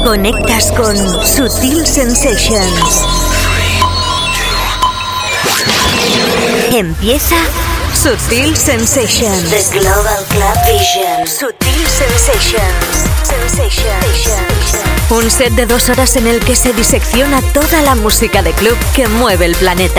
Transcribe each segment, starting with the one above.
Conectas con Sutil Sensations. Empieza Sutil Sensations. The Global Club Vision. Sutil Sensations. Un set de 2 horas en el que se disecciona toda la música de club que mueve el planeta.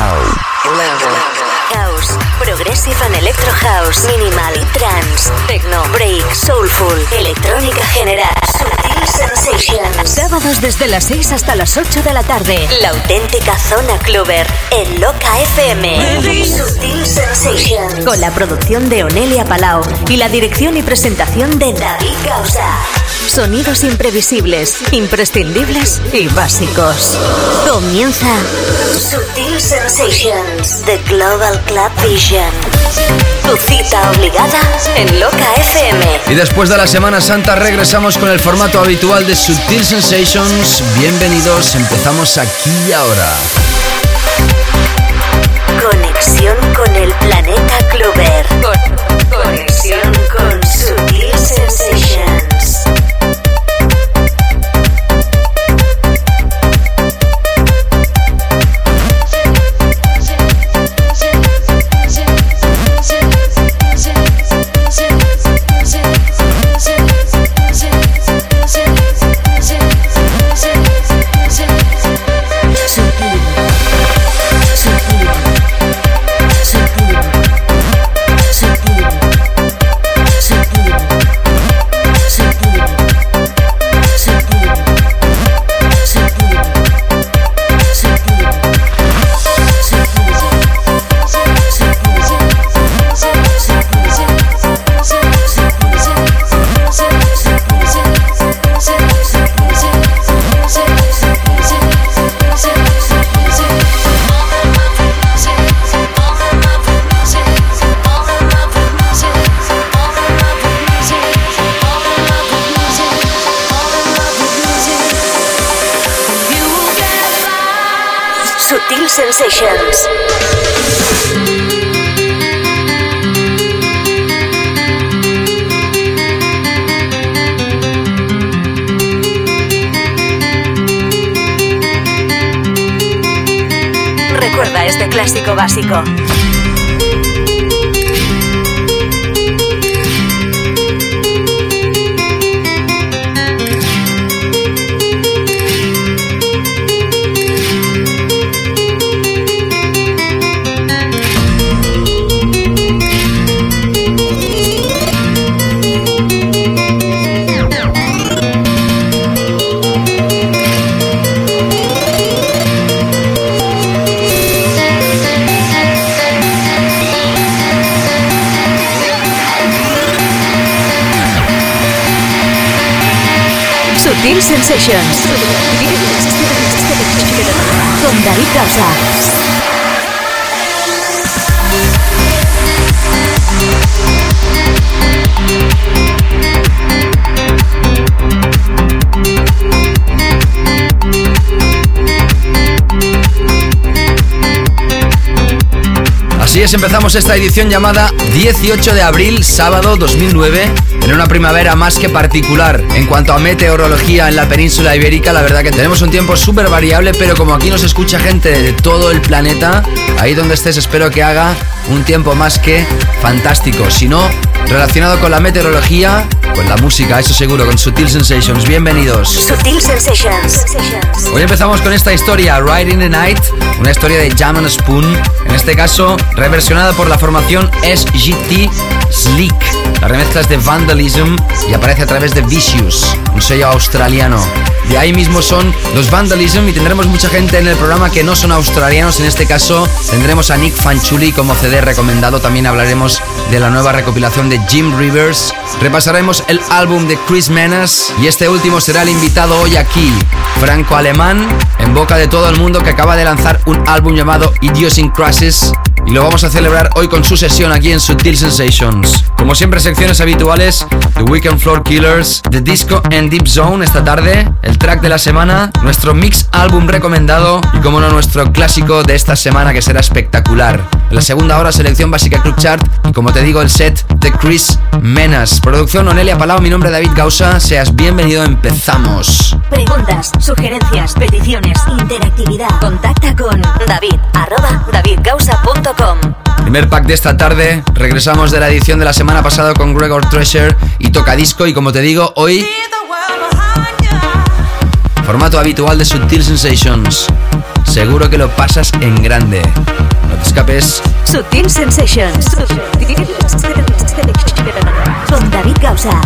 House, Progressive and Electro House, Minimal, Trance, Techno, Break, Soulful, Electrónica General, Sutil Sensations. Sábados desde las 6 hasta las 8 de la tarde. La auténtica zona clubber en Loca FM. Sutil Sensations. Con la producción de Onelia Palau y la dirección y presentación de David Causa. Sonidos imprevisibles, imprescindibles y básicos. Comienza Sutil Sensations, The Global Club Vision. Tu cita obligada en Loca FM. Y después de la Semana Santa regresamos con el formato habitual de Sutil Sensations. Bienvenidos, empezamos aquí y ahora. Conexión con el planeta clubber. Conexión con Sutil Sensations. Sensations. Recuerda este clásico básico. Sutil Sensations con David Causa. Así es, empezamos esta edición llamada 18 de abril, sábado 2009, en una primavera más que particular. En cuanto a meteorología en la península ibérica, la verdad que tenemos un tiempo súper variable, pero como aquí nos escucha gente de todo el planeta, ahí donde estés espero que haga un tiempo más que fantástico. Si no, relacionado con la meteorología, con la música, eso seguro, con Sutil Sensations. Bienvenidos. Sutil Sensations. Hoy empezamos con esta historia, Riding the Night, una historia de Jam and Spoon, en este caso reversionada por la formación SGT Sleek. La remezcla es de Vandalism y aparece a través de Vicious, un sello australiano. De ahí mismo son los Vandalism y tendremos mucha gente en el programa que no son australianos. En este caso tendremos a Nick Fanciulli como CD recomendado. También hablaremos de la nueva recopilación de Jim Rivers. Repasaremos el álbum de Chris Menas y este último será el invitado hoy aquí, franco-alemán, en boca de todo el mundo, que acaba de lanzar un álbum llamado Idiosyncrasies y lo vamos a celebrar hoy con su sesión aquí en Sutil Sensations. Como siempre, secciones habituales: The Weekend Floor Killers, The Disco and Deep Zone esta tarde, el track de la semana, nuestro mix álbum recomendado y, como no, nuestro clásico de esta semana que será espectacular. En la segunda hora, selección básica Club Chart y, como te digo, el set de Chris Menas. Producción Onelia Palau, mi nombre es David Gausa. Seas bienvenido, empezamos. Preguntas, sugerencias, peticiones, interactividad. Contacta con david@davidgausa.com. Primer pack de esta tarde. Regresamos de la edición de la semana pasada con Gregor Treasure y Tocadisco. Y como te digo, hoy formato habitual de Subtle Sensations. Seguro que lo pasas en grande. No te escapes. Subtle Sensations con David Gausa.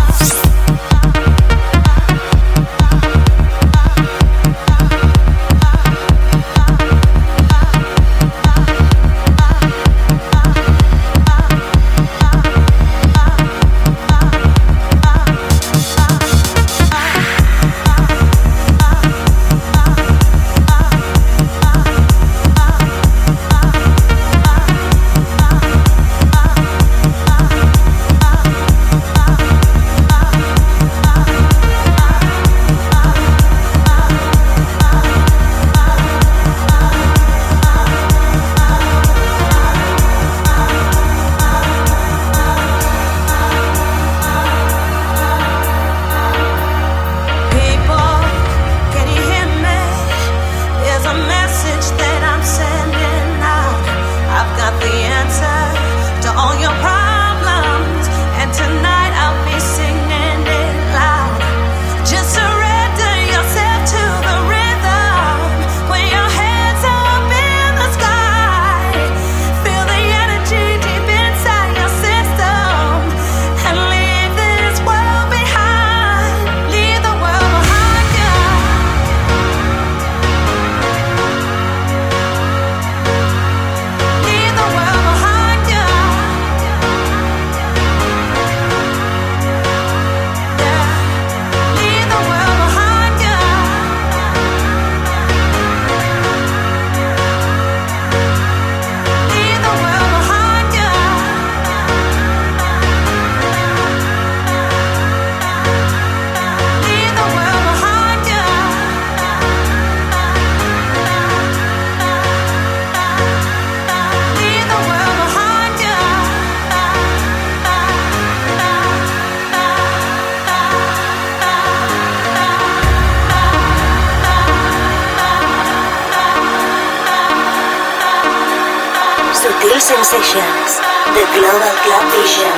Sensations, the Global Club Vision.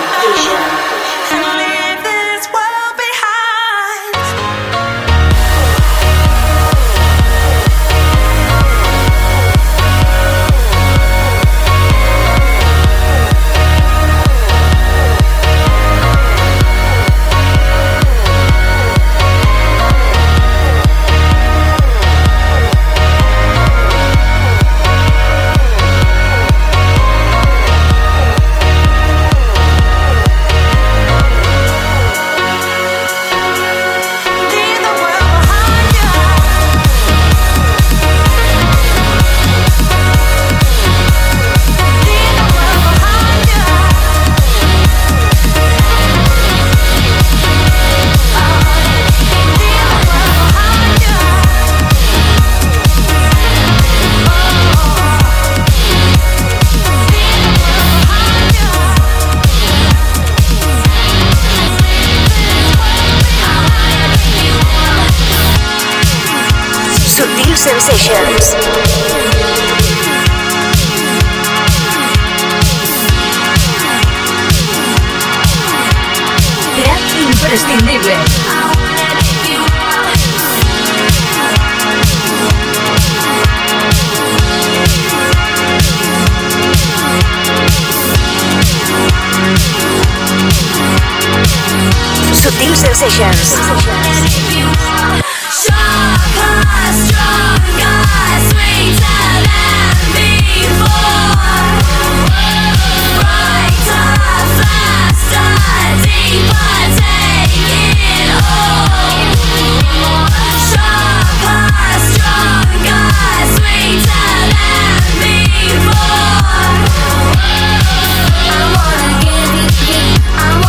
Sensations. Track imprescindible. Subtle Sensations. I wanna give you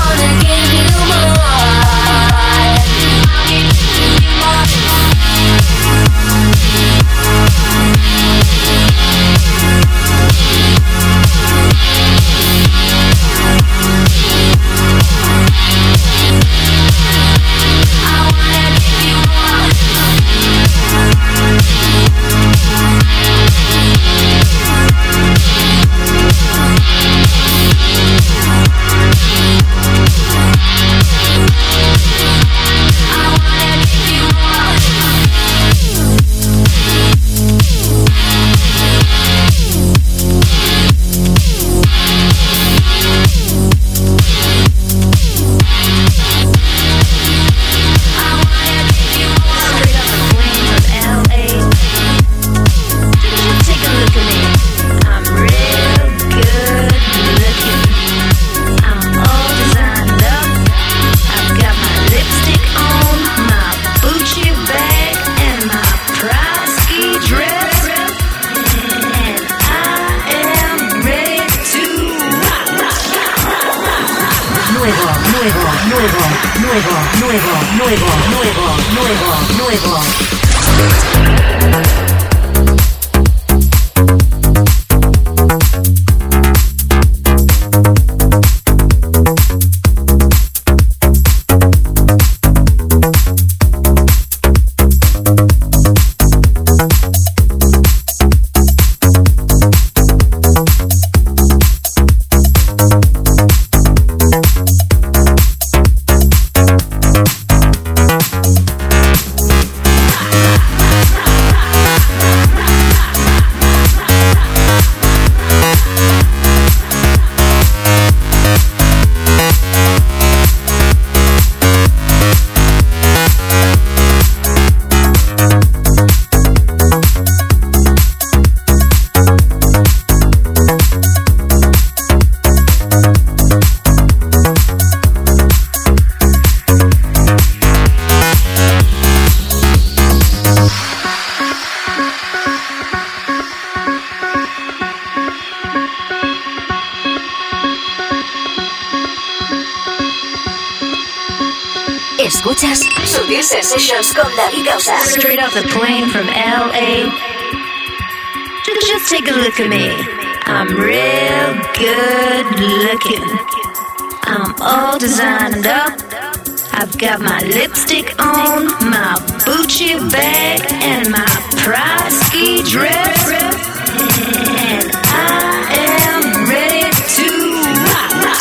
Escuchas Sutil Sensations con David Gausa. Straight off the plane from LA. Just take a look at me. I'm real good looking. I'm all designed up. I've got my lipstick on, my Gucci bag, and my Prada ski dress. And I am ready to rock.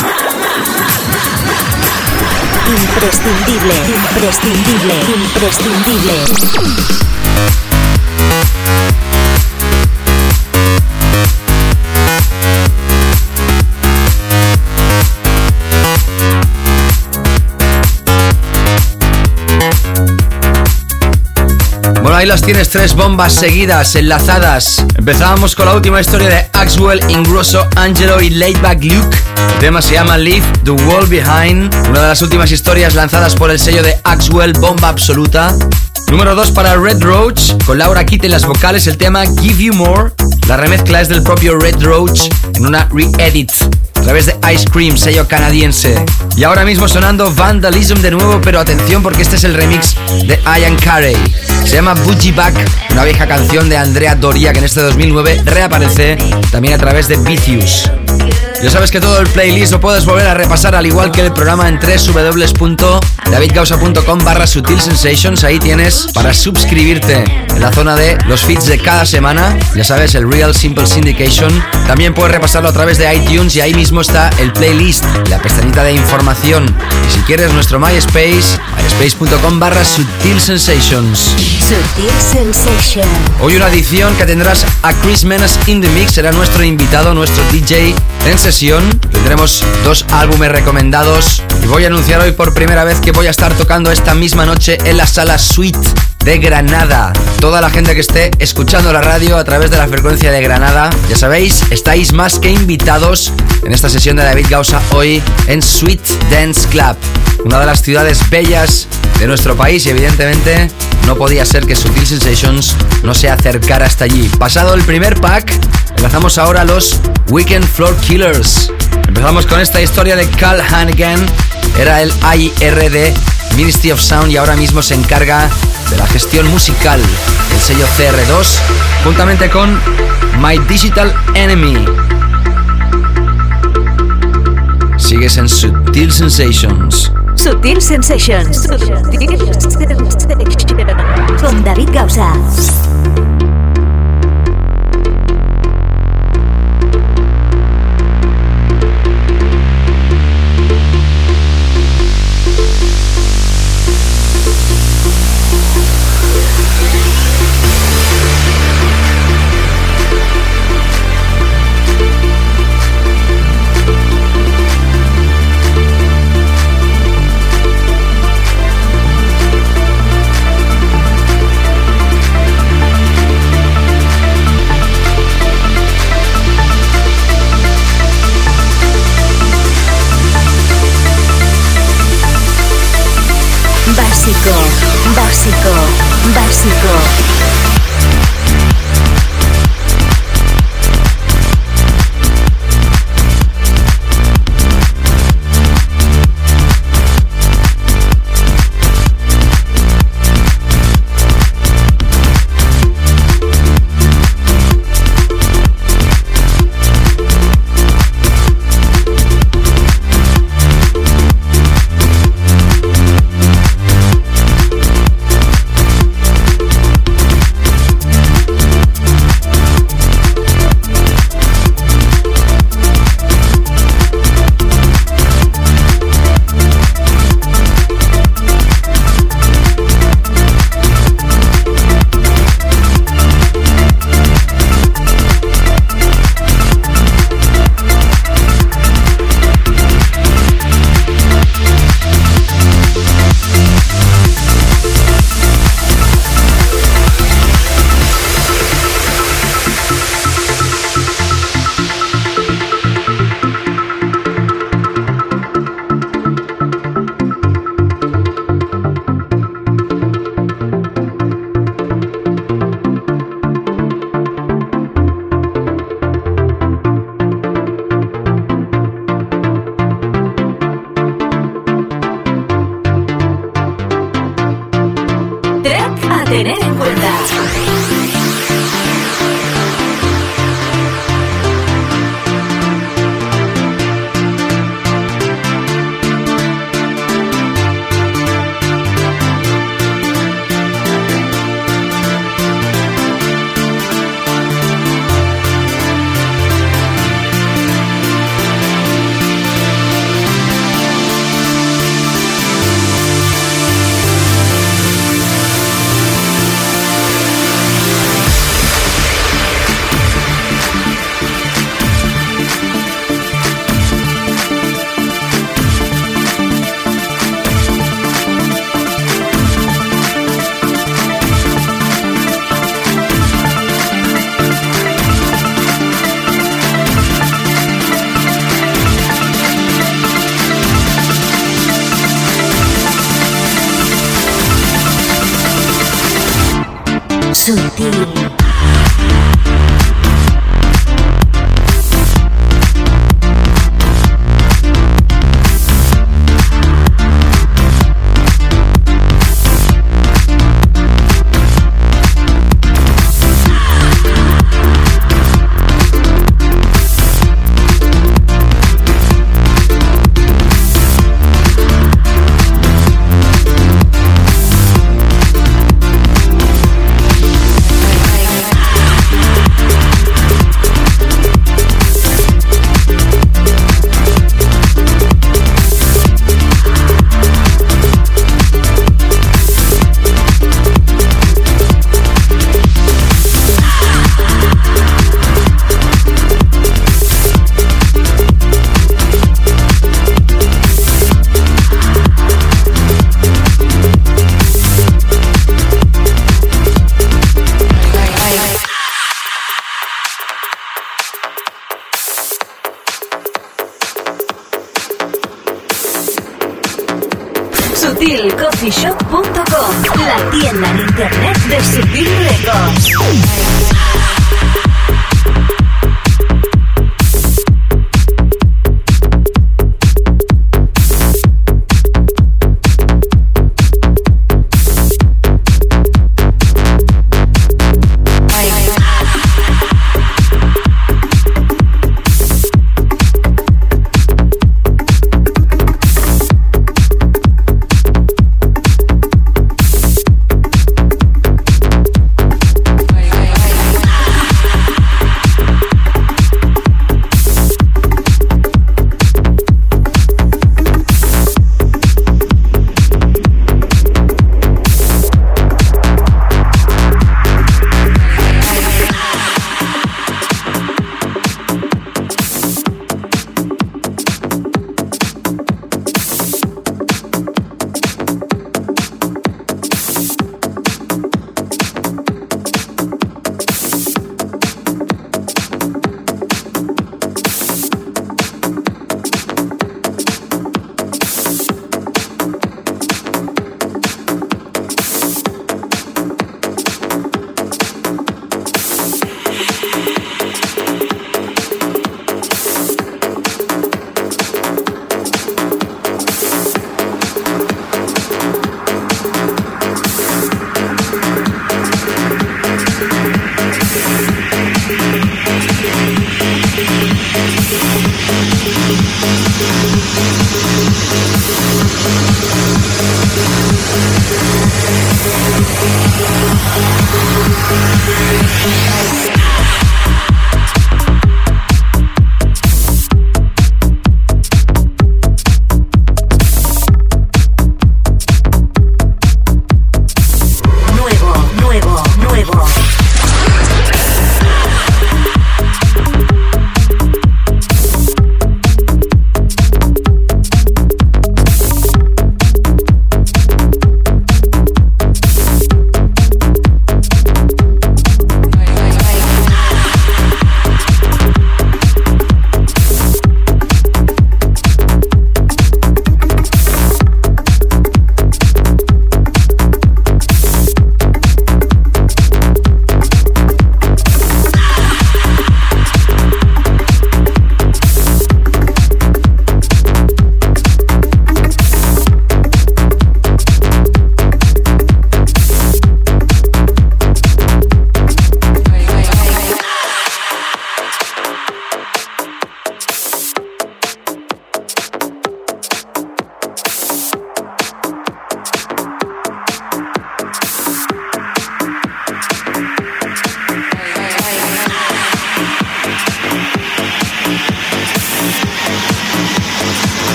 Imprescindible, imprescindible, imprescindible. Bueno, ahí las tienes, 3 bombas seguidas, enlazadas. Empezábamos con la última historia de Axwell, Ingrosso, Angelo y Laidback Luke. El tema se llama Leave the World Behind, una de las últimas historias lanzadas por el sello de Axwell, bomba absoluta. Número 2 para Red Roach, con Laura Kitt en las vocales, el tema Give You More. La remezcla es del propio Red Roach en una re-edit a través de Ice Cream, sello canadiense. Y ahora mismo sonando Vandalism de nuevo, pero atención porque este es el remix de Ian Carey. Se llama Bougie Back, una vieja canción de Andrea Doria que en este 2009 reaparece también a través de Vicious. Ya sabes que todo el playlist lo puedes volver a repasar, al igual que el programa, en www.davidgausa.com/Sutil Sensations. Ahí tienes para suscribirte en la zona de los feeds de cada semana. Ya sabes, el Real Simple Syndication. También puedes repasarlo a través de iTunes y ahí mismo está el playlist, la pestañita de información. Y si quieres, nuestro MySpace, myspace.com/Sutil Sensations. Sutil Sensation. Hoy una edición que tendrás a Chris Menas in the Mix, será nuestro invitado, nuestro DJ en sesión. Tendremos 2 álbumes recomendados y voy a anunciar hoy por primera vez que voy a estar tocando esta misma noche en la Sala Suite de Granada. Toda la gente que esté escuchando la radio a través de la frecuencia de Granada, ya sabéis, estáis más que invitados en esta sesión de David Gausa hoy en Sweet Dance Club, una de las ciudades bellas de nuestro país, y evidentemente no podía ser que Sutil Sensations no se acercara hasta allí. Pasado el primer pack, enlazamos ahora a los Weekend Floor Killers. Empezamos con esta historia de Carl Hannigan, era el AIR de Ministry of Sound y ahora mismo se encarga de la gestión musical del sello CR2, juntamente con My Digital Enemy. Sigues en Sutil Sensations. Sutil Sensations. Con David Gausa. Básico. tener en cuenta. Sutil. SutilCoffeeShop.com, la tienda en internet de Sutil Records.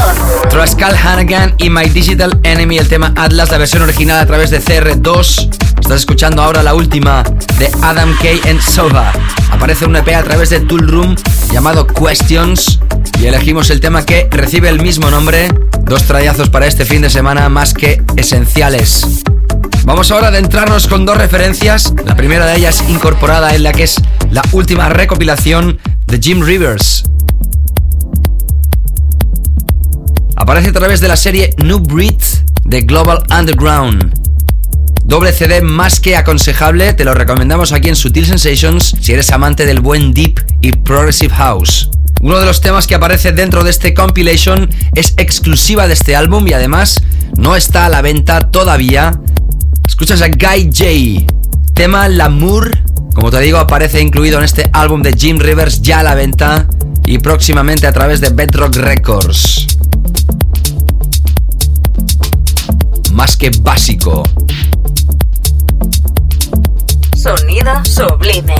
Tras Cal Hannigan y My Digital Enemy, el tema Atlas, la versión original a través de CR2. Estás escuchando ahora la última de Adam K. and Sova. Aparece un EP a través de Tool Room llamado Questions y elegimos el tema que recibe el mismo nombre. 2 trayazos para este fin de semana más que esenciales. Vamos ahora a adentrarnos con 2 referencias. La primera de ellas incorporada en la que es la última recopilación de Jim Rivers. Aparece a través de la serie New Breed de Global Underground. Doble CD más que aconsejable, te lo recomendamos aquí en Sutil Sensations si eres amante del buen Deep y Progressive House. Uno de los temas que aparece dentro de este compilation es exclusiva de este álbum y además no está a la venta todavía. Escuchas a Guy J. Tema L'amour, como te digo, aparece incluido en este álbum de Jim Rivers ya a la venta y próximamente a través de Bedrock Records. Más que básico. Sonido sublime.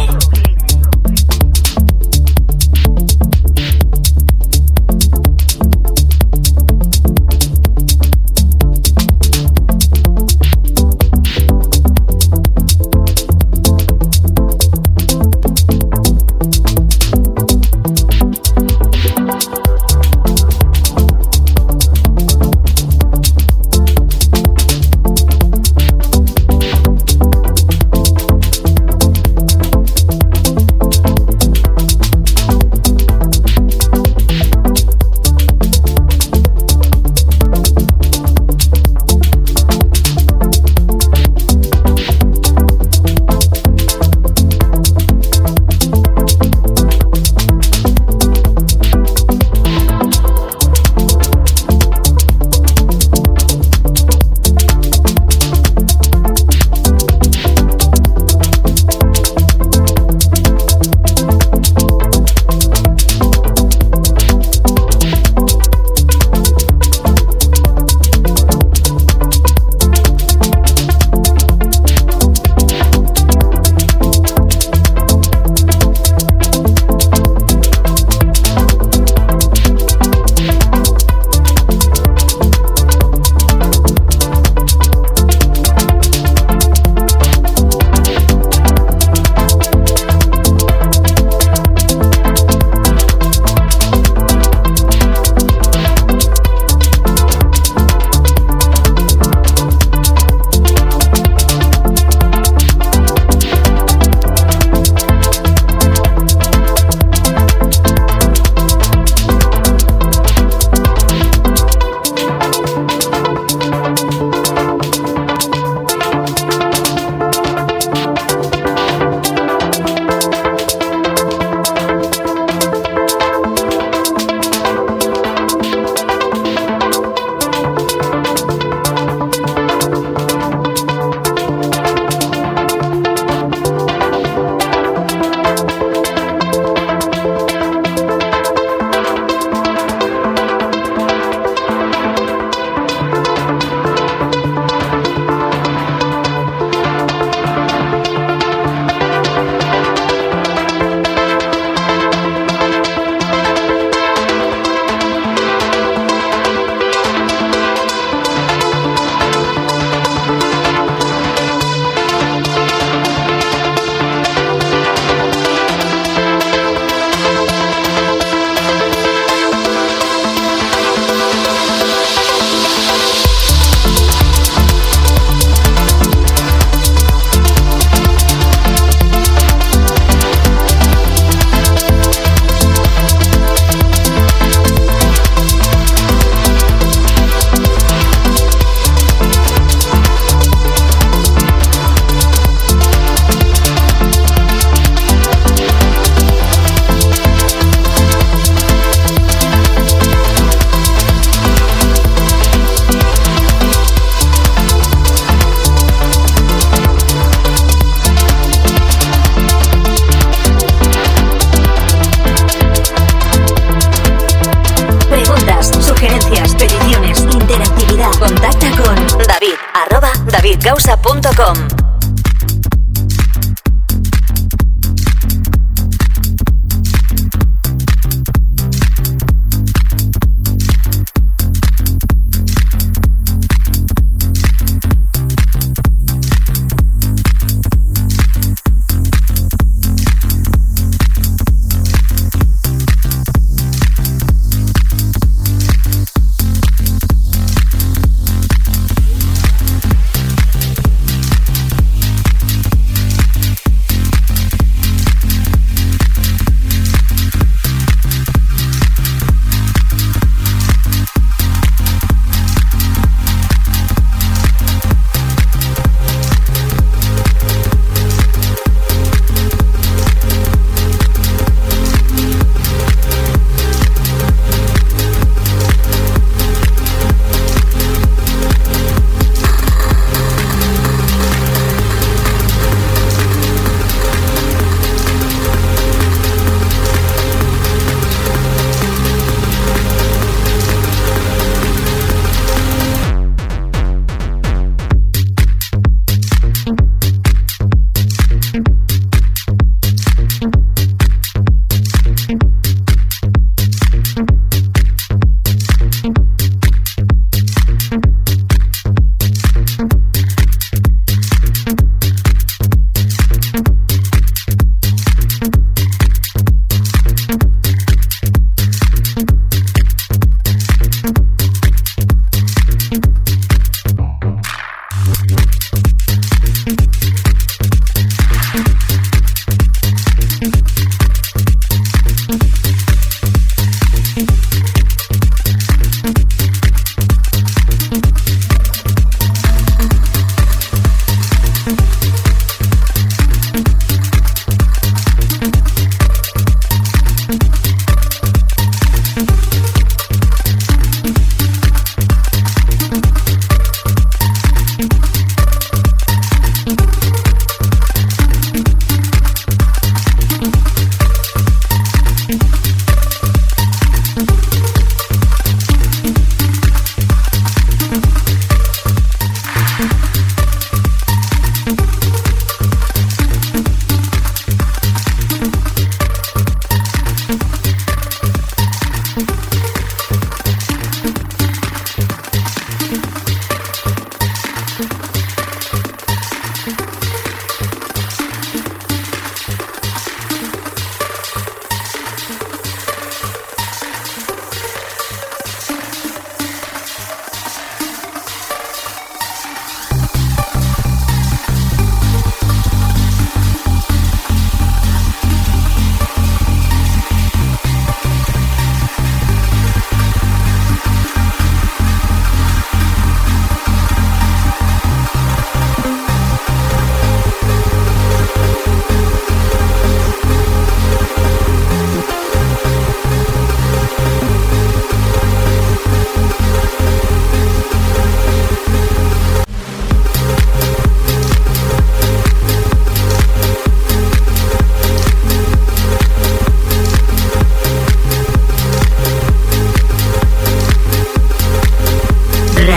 davidgausa.com.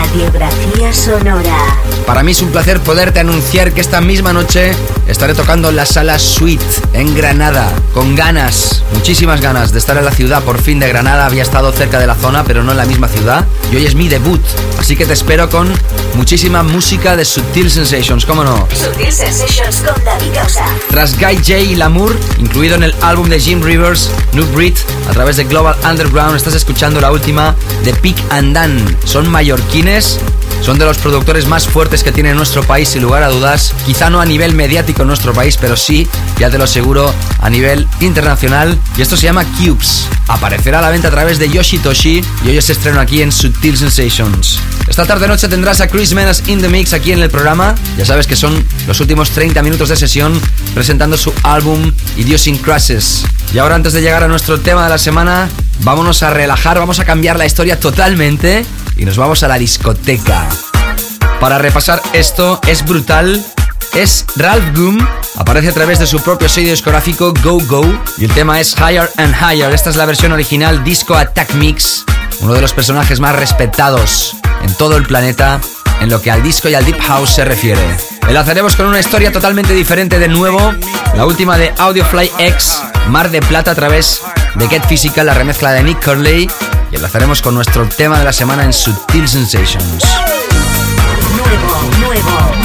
Radiografía sonora. Para mí es un placer poderte anunciar que esta misma noche estaré tocando en la Sala Suite en Granada, con ganas, muchísimas ganas de estar en la ciudad por fin de Granada. Había estado cerca de la zona, pero no en la misma ciudad, y hoy es mi debut, así que te espero con muchísima música de Subtle Sensations, ¿cómo no? Subtle Sensations con David Gausa. Tras Guy J y Lamour, incluido en el álbum de Jim Rivers, New Breed, a través de Global Underground, estás escuchando la última de Pic and Dan. Son mallorquines, son de los productores más fuertes que tiene nuestro país, sin lugar a dudas. Quizá no a nivel mediático en nuestro país, pero sí, ya te lo aseguro, a nivel internacional. Y esto se llama Cubes. Aparecerá a la venta a través de Yoshitoshi y hoy es estreno aquí en Subtle Sensations. Esta tarde-noche tendrás a Chris Menas in the Mix aquí en el programa. Ya sabes que son los últimos 30 minutos de sesión presentando su álbum Idiosyncrasies. Y ahora, antes de llegar a nuestro tema de la semana, vámonos a relajar, vamos a cambiar la historia totalmente y nos vamos a la discoteca. Para repasar esto, es brutal. Es Ralph Goom, aparece a través de su propio sello discográfico Go Go y el tema es Higher and Higher. Esta es la versión original Disco Attack Mix, uno de los personajes más respetados en todo el planeta en lo que al disco y al deep house se refiere. Enlazaremos con una historia totalmente diferente de nuevo, la última de Audiofly X, Mar de Plata, a través de Get Physical, la remezcla de Nick Curley, y enlazaremos con nuestro tema de la semana en Subtle Sensations. Nuevo.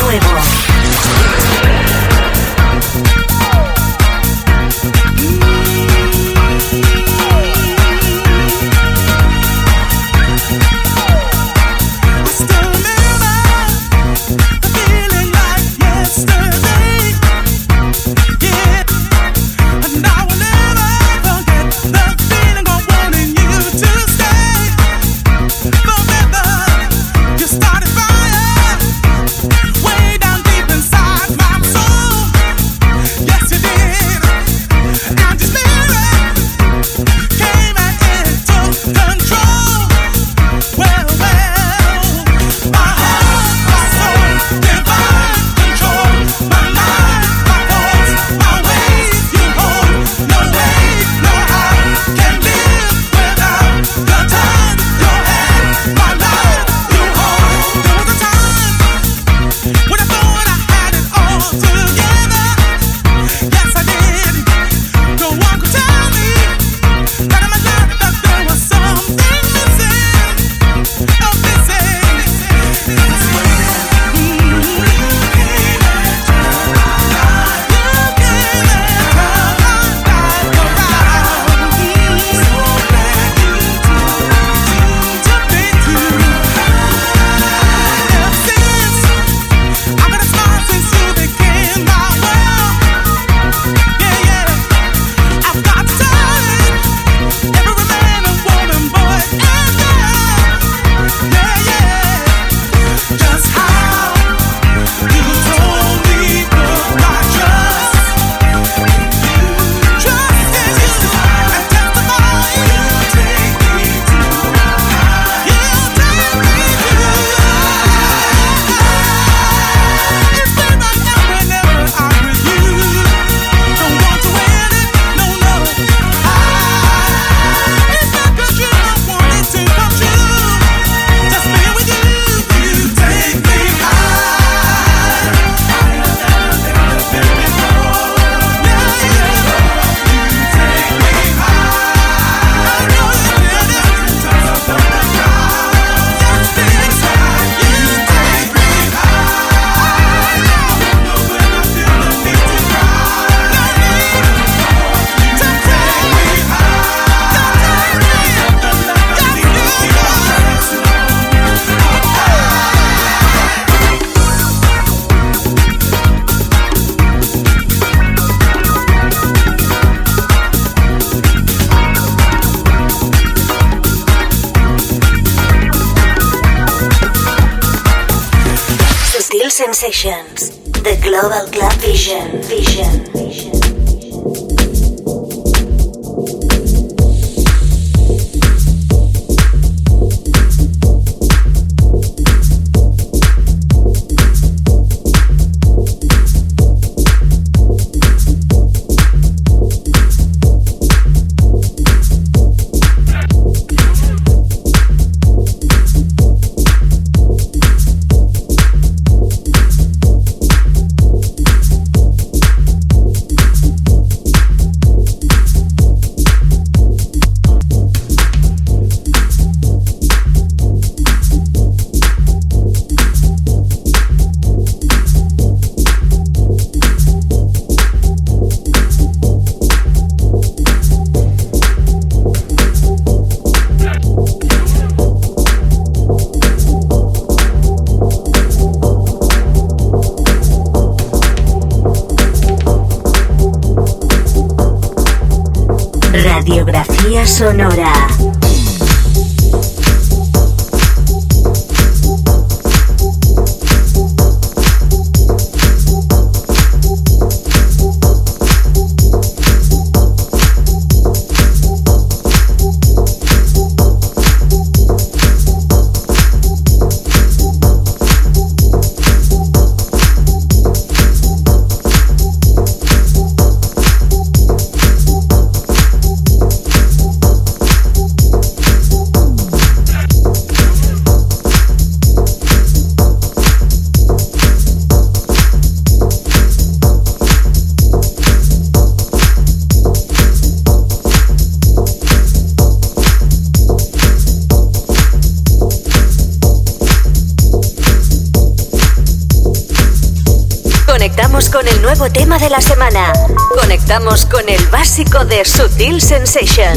Sensations, the Global Club Vision. Radiografía sonora. Conectamos con el nuevo tema de la semana. Conectamos con el básico de Sutil Sensations.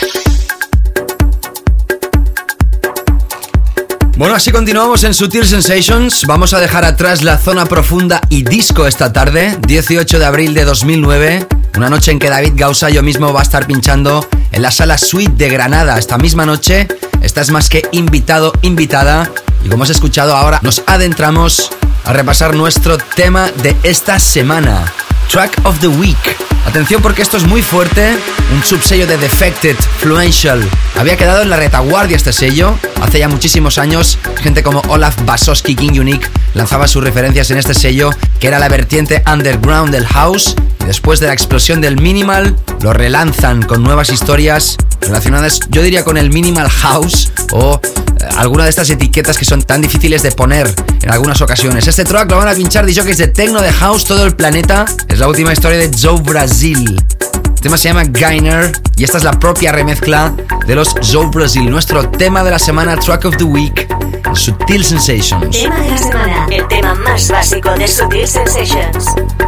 Bueno, así continuamos en Sutil Sensations. Vamos a dejar atrás la zona profunda y disco esta tarde, 18 de abril de 2009. Una noche en que David Gausa, yo mismo, va a estar pinchando en la Sala Suite de Granada. Esta misma noche estás más que invitado, invitada. Y como has escuchado ahora, nos adentramos a repasar nuestro tema de esta semana, Track of the Week. Atención porque esto es muy fuerte, un subsello de Defected, Fluential. Había quedado en la retaguardia este sello. Hace ya muchísimos años, gente como Olaf Basowski, King Unique, lanzaba sus referencias en este sello, que era la vertiente underground del house. Y después de la explosión del minimal, lo relanzan con nuevas historias relacionadas, yo diría, con el minimal house o alguna de estas etiquetas que son tan difíciles de poner en algunas ocasiones. Este track lo van a pinchar DJs de techno, de house, todo el planeta. Es la última historia de Joe Brazil. El tema se llama Gainer y esta es la propia remezcla de los Joe Brazil. Nuestro tema de la semana, Track of the Week, Sutil Sensations. Tema de la semana, el tema más básico de Sutil Sensations.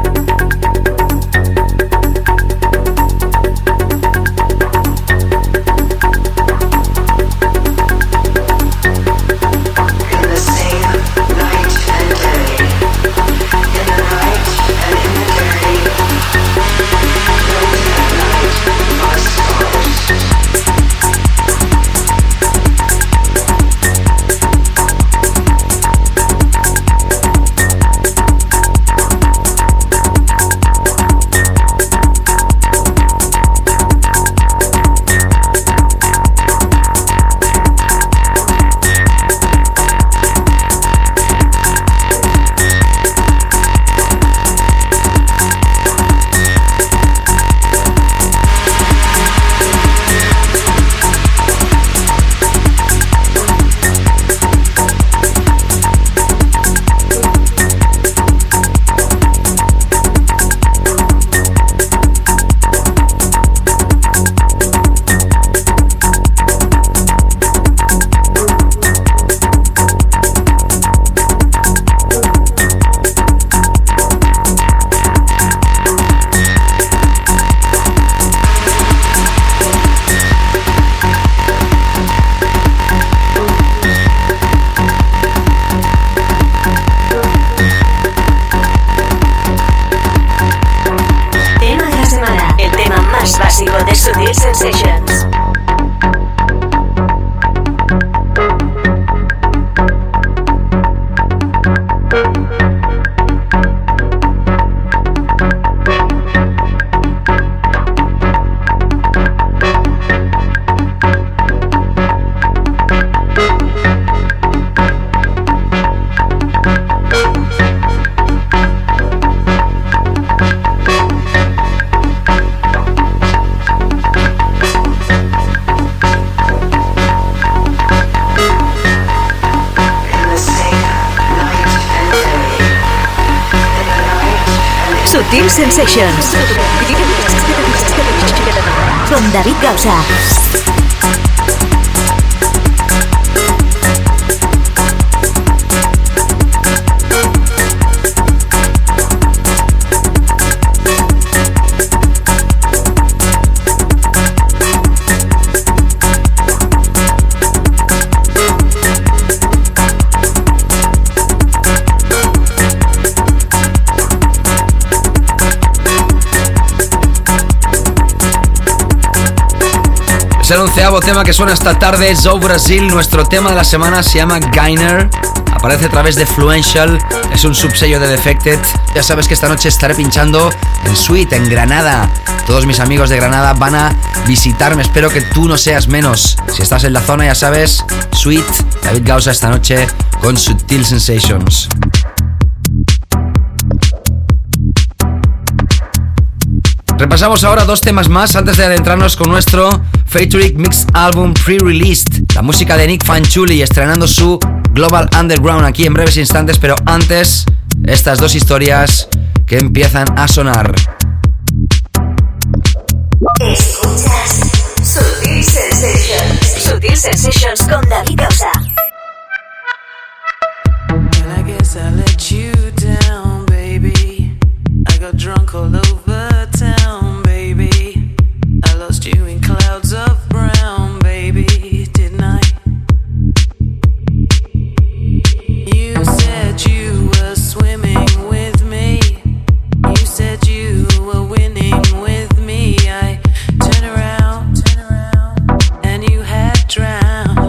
Sutil Sensations con David Gausa. Es el 11º tema que suena esta tarde, Zou Brasil. Nuestro tema de la semana se llama Gainer. Aparece a través de Fluential, es un subsello de Defected. Ya sabes que esta noche estaré pinchando en Suite, en Granada. Todos mis amigos de Granada van a visitarme, espero que tú no seas menos. Si estás en la zona, ya sabes, Suite, David Gausa esta noche con Sutil Sensations. Repasamos ahora 2 temas más antes de adentrarnos con nuestro Featuring Mix Album Pre-Released. La música de Nick Fanciulli estrenando su Global Underground aquí en breves instantes, pero antes, estas 2 historias que empiezan a sonar. Escuchas Sutil Sensations. Sutil Sensations con David Gausa. I guess I let you down, baby. I got drunk all over town, baby. I lost you in clouds of brown, baby, didn't I? You said you were swimming with me. You said you were winning with me. I turn around, and you had drowned.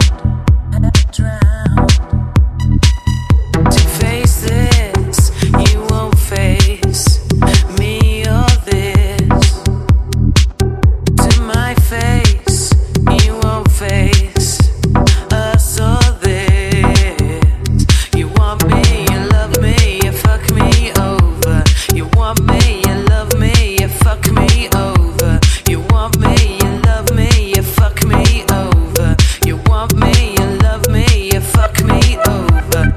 To face this, you won't face me or this. To my face, you won't face us or this. You want me, you love me, you fuck me over. You want me, you love me, you fuck me over. You want me, you love me, you fuck me over. You want me, you love me, you fuck me over.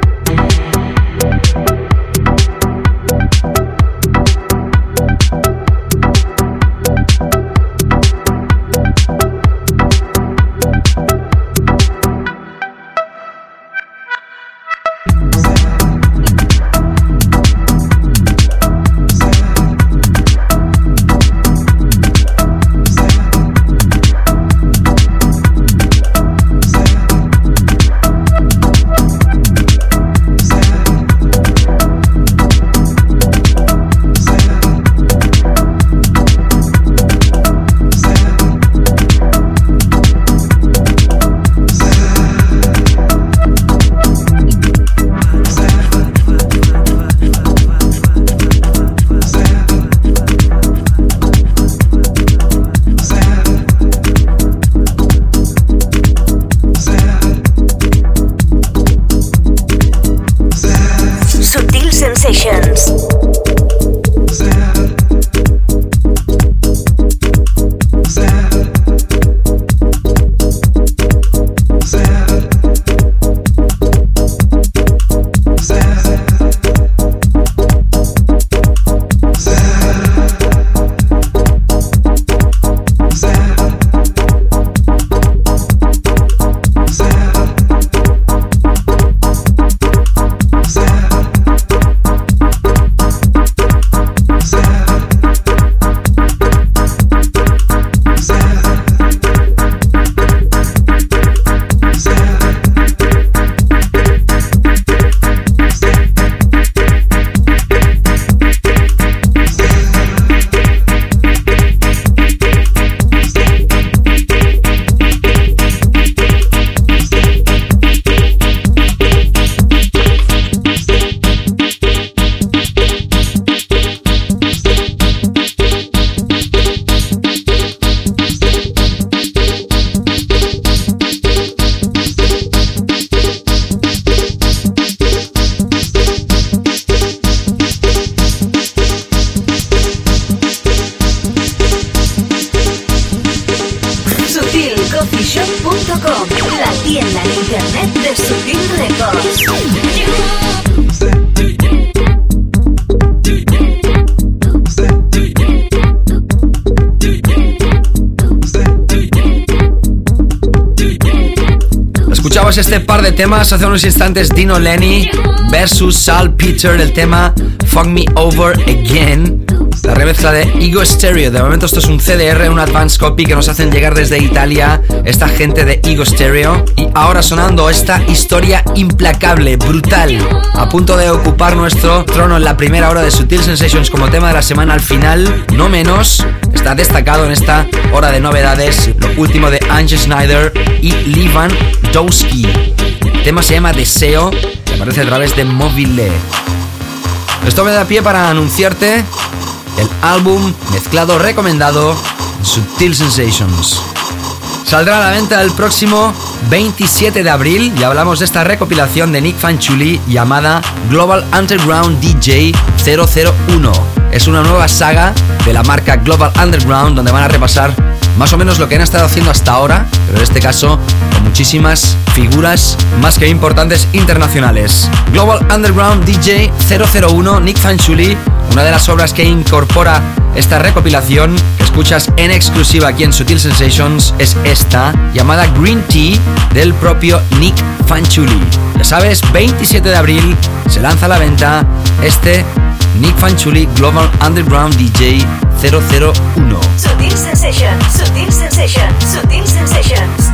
Sutil Sensations. SutilCoffeeShop.com, la tienda en internet de Sutil Records. Escuchabas este par de temas hace unos instantes, Dino Lenny versus Saltpeter, el tema Fuck Me Over Again. la remezcla de Ego Stereo. De momento esto es un CDR, un advance copy que nos hacen llegar desde Italia esta gente de Ego Stereo. Y ahora sonando esta historia implacable, brutal, a punto de ocupar nuestro trono en la primera hora de Sutil Sensations como tema de la semana. Al final, no menos, está destacado en esta hora de novedades lo último de Angie Snyder y Levan Dowski. El tema se llama Deseo y aparece a través de Mobile. Esto me da pie para anunciarte el álbum mezclado recomendado Sutil Sensations. Saldrá a la venta el próximo 27 de abril y hablamos de esta recopilación de Nick Fanciulli llamada Global Underground DJ 001. Es una nueva saga de la marca Global Underground donde van a repasar más o menos lo que han estado haciendo hasta ahora, pero en este caso con muchísimas figuras más que importantes internacionales. Global Underground DJ 001, Nick Fanciulli, una de las obras que incorpora esta recopilación que escuchas en exclusiva aquí en Sutil Sensations es esta, llamada Green Tea, del propio Nick Fanciulli. Ya sabes, 27 de abril se lanza a la venta este Nick Fanciulli Global Underground DJ 001. Sutil Sensations, Sutil Sensations, Sutil Sensations.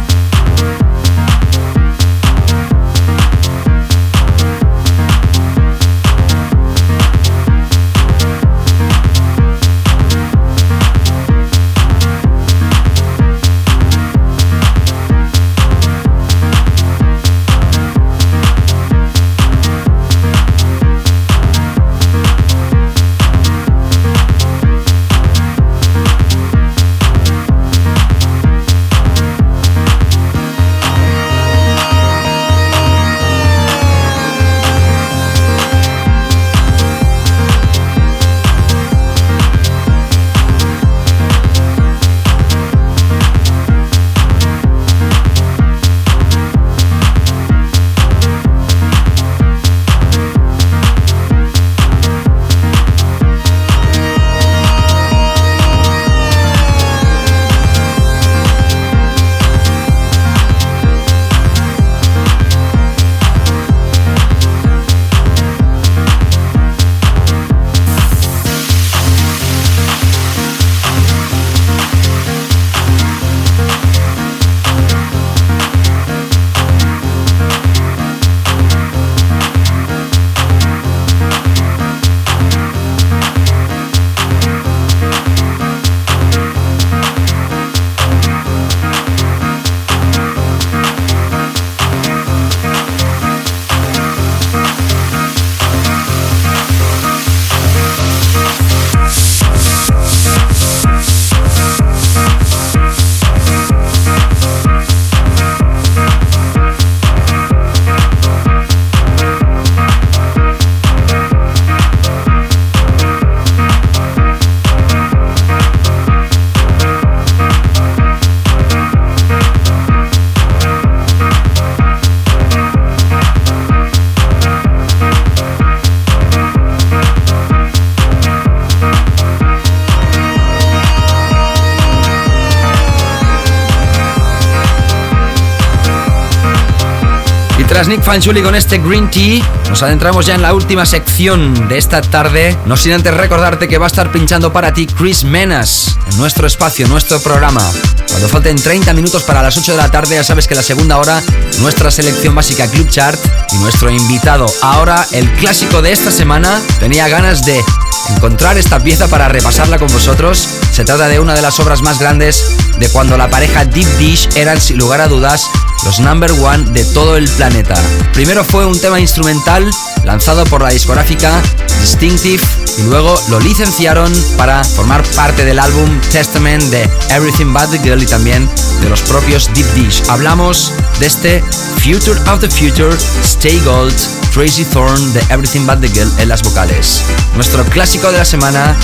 Tras Nick Fanciulli con este Green Tea, nos adentramos ya en la última sección de esta tarde. No sin antes recordarte que va a estar pinchando para ti Chris Menas en nuestro espacio, nuestro programa. Cuando falten 30 minutos para las 8 de la tarde, ya sabes que la segunda hora, nuestra selección básica Club Chart y nuestro invitado. Ahora, el clásico de esta semana, tenía ganas de encontrar esta pieza para repasarla con vosotros. Se trata de una de las obras más grandes de cuando la pareja Deep Dish eran, sin lugar a dudas, los number one de todo el planeta. Primero fue un tema instrumental lanzado por la discográfica Distinctive y luego lo licenciaron para formar parte del álbum Testament de Everything But The Girl y también de los propios Deep Dish. Hablamos de este Future of the Future, Stay Gold, Tracy Thorn de Everything But The Girl en las vocales. Nuestro clásico de la semana.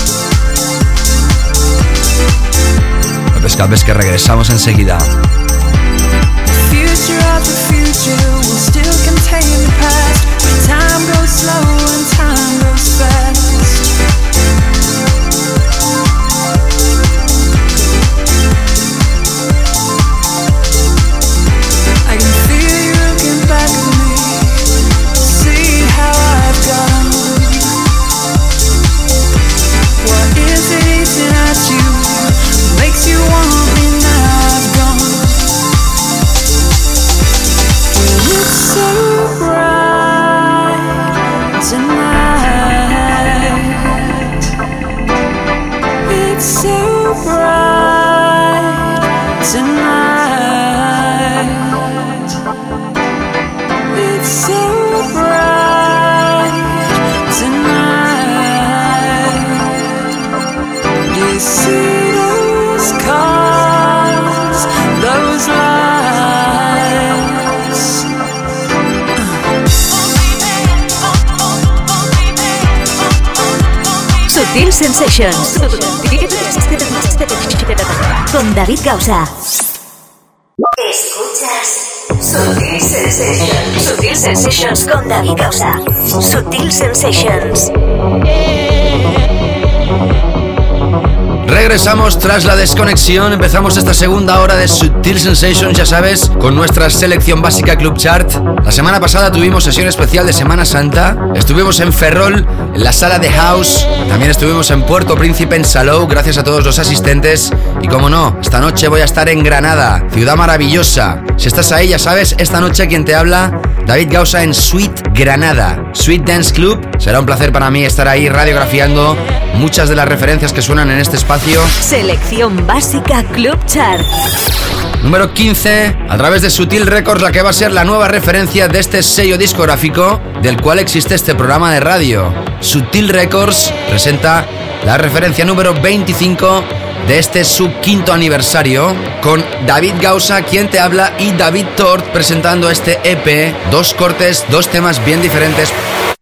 No te escapes que regresamos enseguida. Future of the future will still contain the past, where time goes slow and time goes fast. I can feel you looking back at me, see how I've gone. What is so bright tonight. Do you see those cars, those lights? Sutil Sensations con David Gausa. Escuchas Sutil Sensations. Sutil Sensations con David Gausa. Sutil Sensations. Regresamos tras la desconexión. Empezamos esta segunda hora de Sutil Sensations, ya sabes, con nuestra selección básica Club Chart. La semana pasada tuvimos sesión especial de Semana Santa. Estuvimos en Ferrol, en la sala de House. También estuvimos en Puerto Príncipe, en Salou. Gracias a todos los asistentes. Y como no, esta noche voy a estar en Granada, ciudad maravillosa. Si estás ahí, ya sabes, esta noche quien te habla, David Gausa en Sweet Granada, Sweet Dance Club. Será un placer para mí estar ahí radiografiando muchas de las referencias que suenan en este espacio. Selección básica Club Chart. Número 15, a través de Sutil Records, la que va a ser la nueva referencia de este sello discográfico del cual existe este programa de radio. Sutil Records presenta la referencia número 25 de este su quinto aniversario, con David Gausa, quien te habla, y David Tort presentando este EP. Dos cortes, dos temas bien diferentes.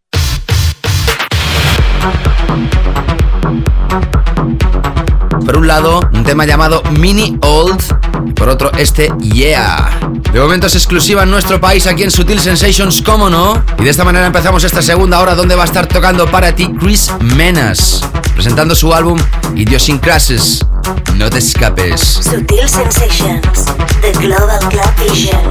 Por un lado, un tema llamado Mini Old, y por otro, este Yeah. De momento es exclusiva en nuestro país, aquí en Sutil Sensations, cómo no. Y de esta manera empezamos esta segunda hora, donde va a estar tocando para ti Chris Menas, presentando su álbum Idiosincrasies. No te escapes. Sutil Sensations, The Global Club Vision.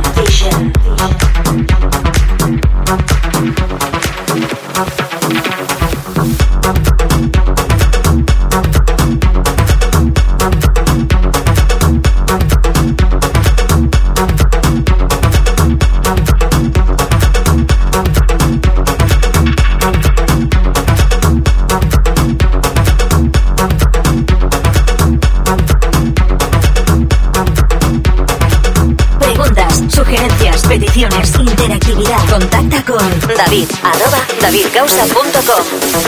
Sugerencias, peticiones, interactividad. Contacta con David@davidgausa.com.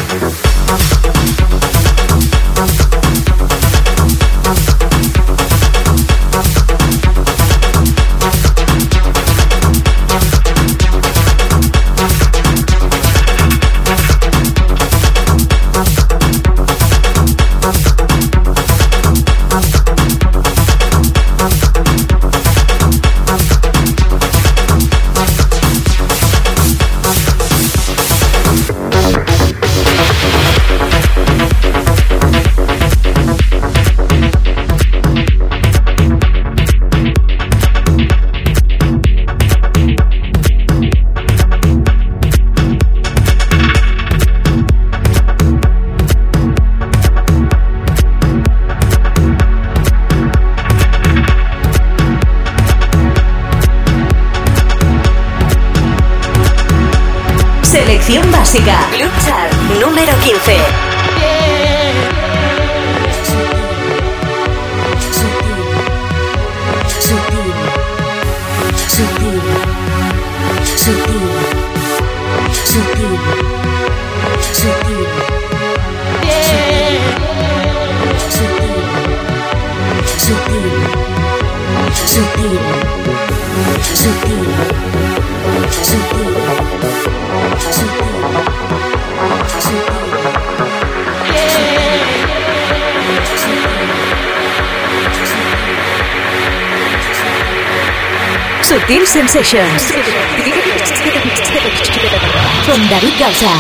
Selección básica Club Chart número 15. Sutil Sensations con David Gausa.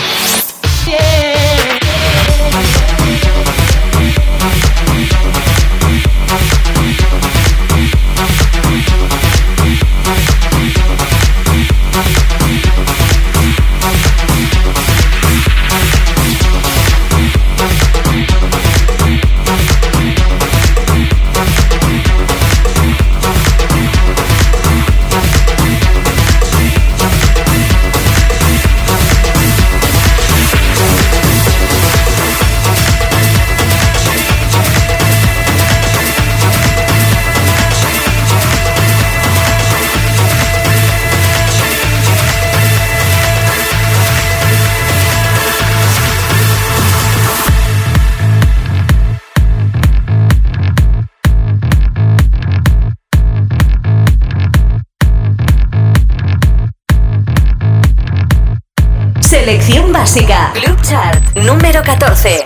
Selección básica. Club Chart número 14.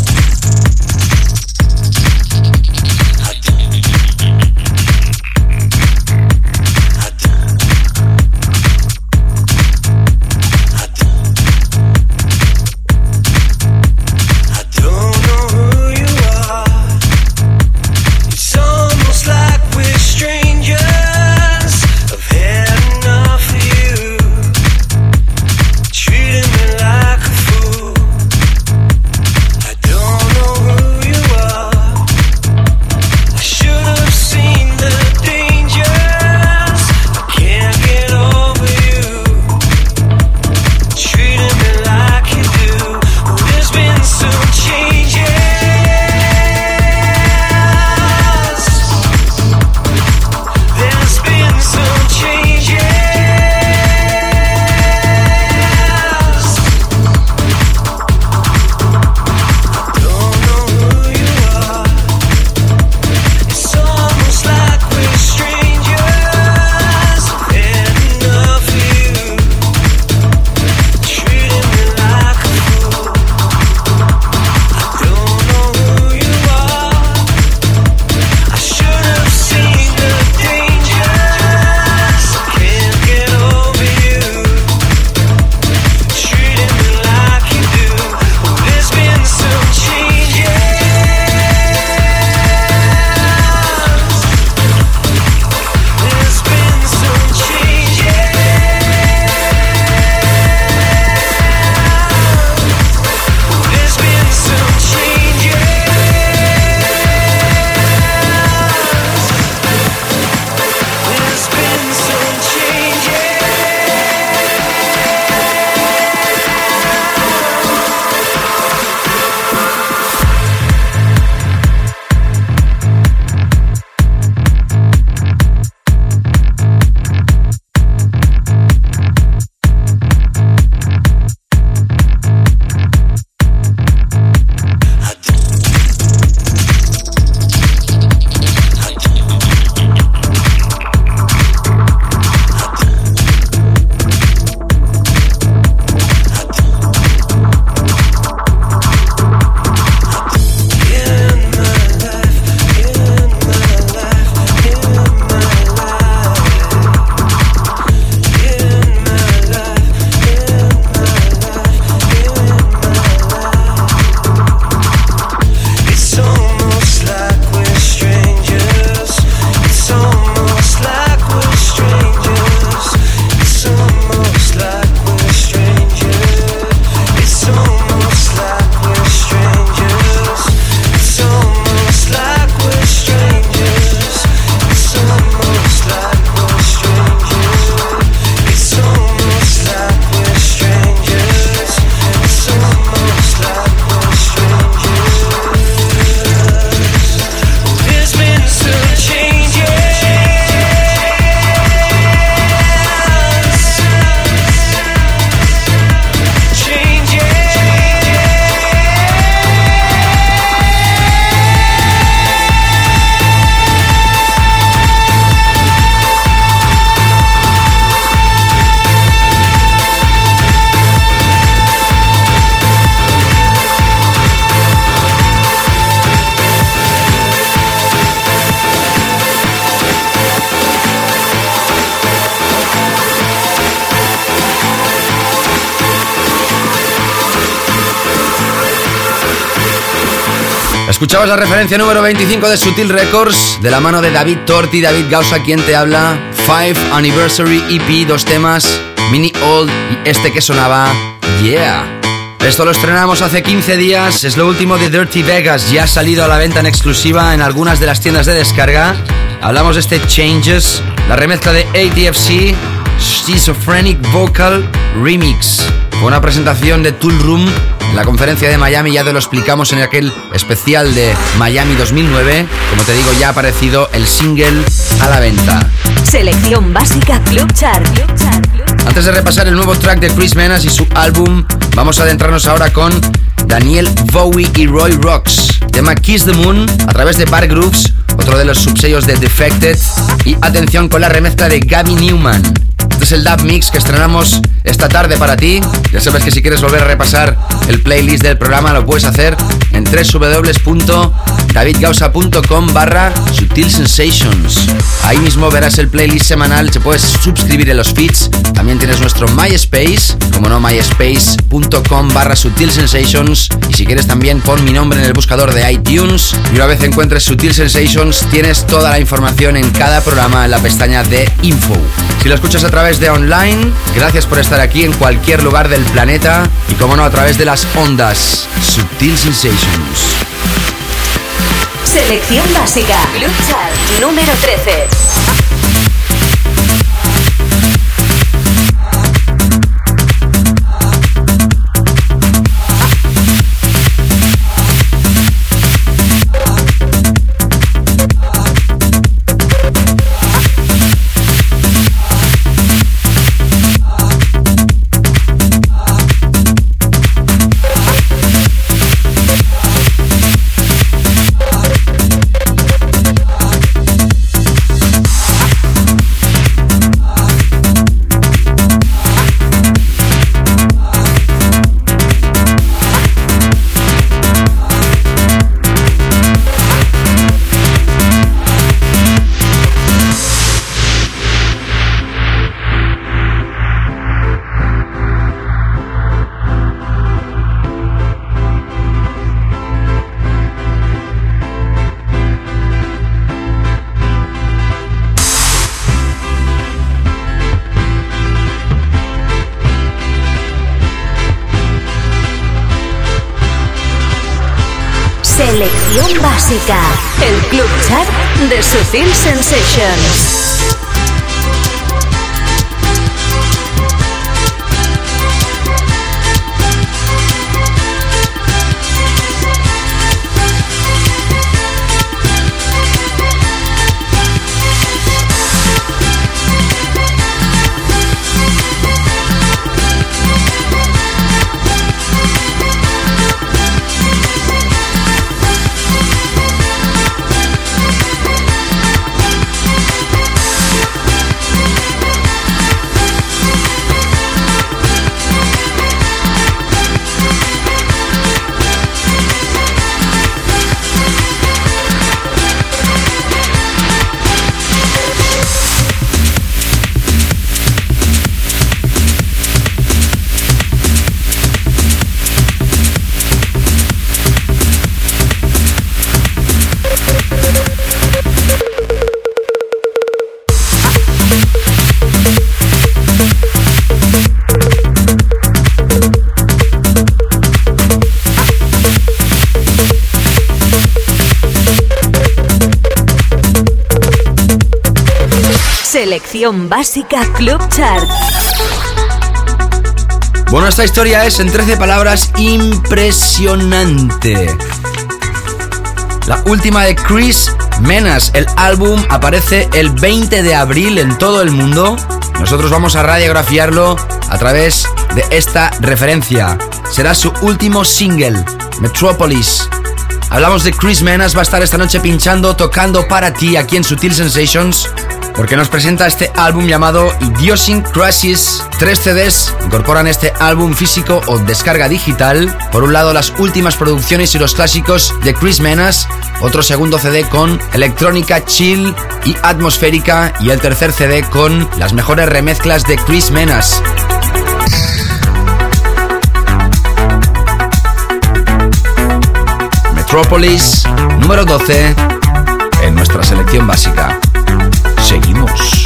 Escuchabas la referencia número 25 de Sutil Records, de la mano de David Torti, David Gausa, quien te habla. 5 Anniversary EP, 2 temas, Mini Old y este que sonaba, Yeah. Esto lo estrenamos hace 15 días, es lo último de Dirty Vegas, ya ha salido a la venta en exclusiva en algunas de las tiendas de descarga. Hablamos de este Changes, la remezcla de ATFC, Schizophrenic Vocal Remix. Fue una presentación de Tool Room en la conferencia de Miami, ya te lo explicamos en aquel especial de Miami 2009. Como te digo, ya ha aparecido el single a la venta. Selección básica Club Chart. Antes de repasar el nuevo track de Chris Menas y su álbum, vamos a adentrarnos ahora con Daniel Bowie y Roy Rocks. Tema Kiss the Moon a través de Bar Grooves, otro de los subsellos de Defected. Y atención con la remezcla de Gabby Newman. Esto es el Dub Mix que estrenamos esta tarde para ti. Ya sabes que si quieres volver a repasar el playlist del programa lo puedes hacer en www.davidgausa.com/Sutil Sensations. Ahí mismo verás el playlist semanal, te puedes suscribir en los feeds. También tienes nuestro MySpace, como no, myspace.com/Sutil Sensations. Y si quieres también pon mi nombre en el buscador de iTunes. Y una vez encuentres Sutil Sensations, tienes toda la información en cada programa en la pestaña de Info. Si lo escuchas a través de online, gracias por estar aquí en cualquier lugar del planeta. Y como no, a través de las ondas. Sutil Sensations. Selección básica. Club Chart número 13. Selección básica. El Club Chart de Sutil Sensations. Selección básica Club Chart. Bueno, esta historia es, en 13 palabras, impresionante. La última de Chris Menas. El álbum aparece el 20 de abril en todo el mundo. Nosotros vamos a radiografiarlo a través de esta referencia. Será su último single, Metropolis. Hablamos de Chris Menas, va a estar esta noche pinchando, tocando para ti aquí en Sutil Sensations, porque nos presenta este álbum llamado Idiosincrasies. 3 CDs incorporan este álbum físico o descarga digital. Por un lado, las últimas producciones y los clásicos de Chris Menas. Otro segundo CD con electrónica chill y atmosférica. Y el tercer CD con las mejores remezclas de Chris Menas. Metropolis, número 12 en nuestra selección básica. Seguimos.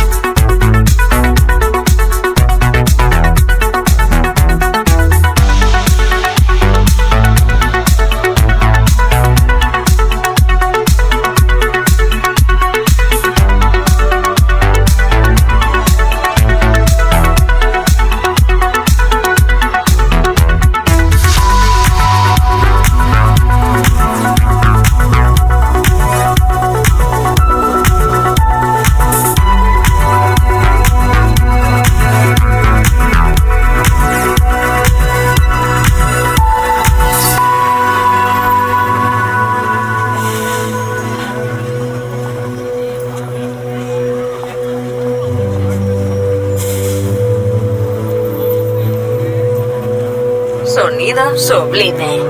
Sonido sublime.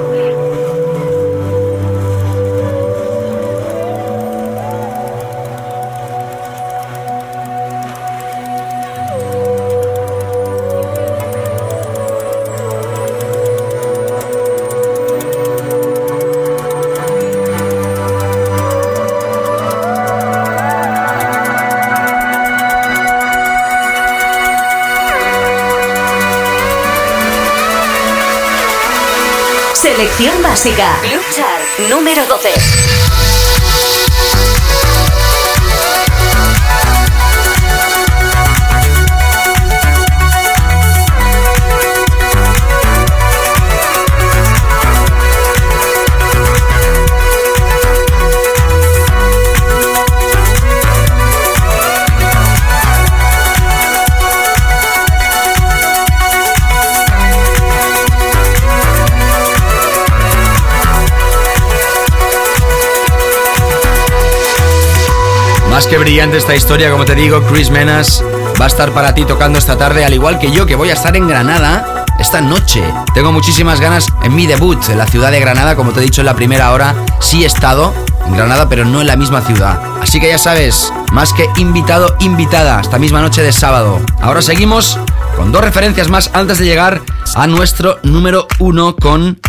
Selección básica. Club Chart número 12. Más que brillante esta historia, como te digo, Chris Menas va a estar para ti tocando esta tarde, al igual que yo, que voy a estar en Granada esta noche. Tengo muchísimas ganas en mi debut en la ciudad de Granada, como te he dicho en la primera hora. Sí he estado en Granada, pero no en la misma ciudad. Así que ya sabes, más que invitado, invitada, esta misma noche de sábado. Ahora seguimos con 2 referencias más antes de llegar a nuestro número 1 con...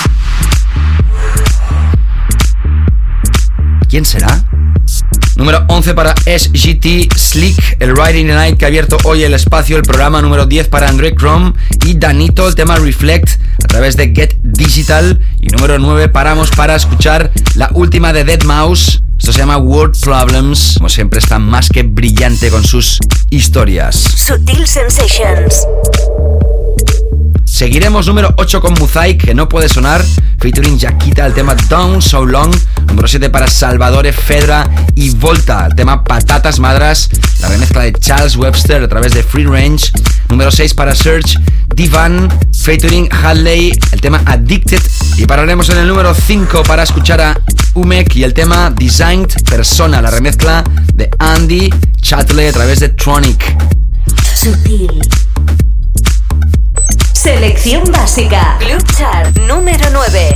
¿Quién será? Número 11 para SGT Slick, el Riding the Night, que ha abierto hoy el espacio. El programa número 10 para Andre Chrome y Danito, el tema Reflect a través de Get Digital. Y número 9 paramos para escuchar la última de Deadmau5. Esto se llama Word Problems. Como siempre está más que brillante con sus historias. Sutil Sensations. Seguiremos número 8 con Muzaic, que no puede sonar, featuring Yaquita, el tema Down So Long. Número 7 para Salvador Fedra y Volta, el tema Patatas Madras, la remezcla de Charles Webster a través de Free Range. Número 6 para Serge Divan, featuring Hadley, el tema Addicted. Y pararemos en el número 5 para escuchar a Umek y el tema Designed Persona, la remezcla de Andy Chatley a través de Tronic. Sutil. Selección básica. Club Chart número 9.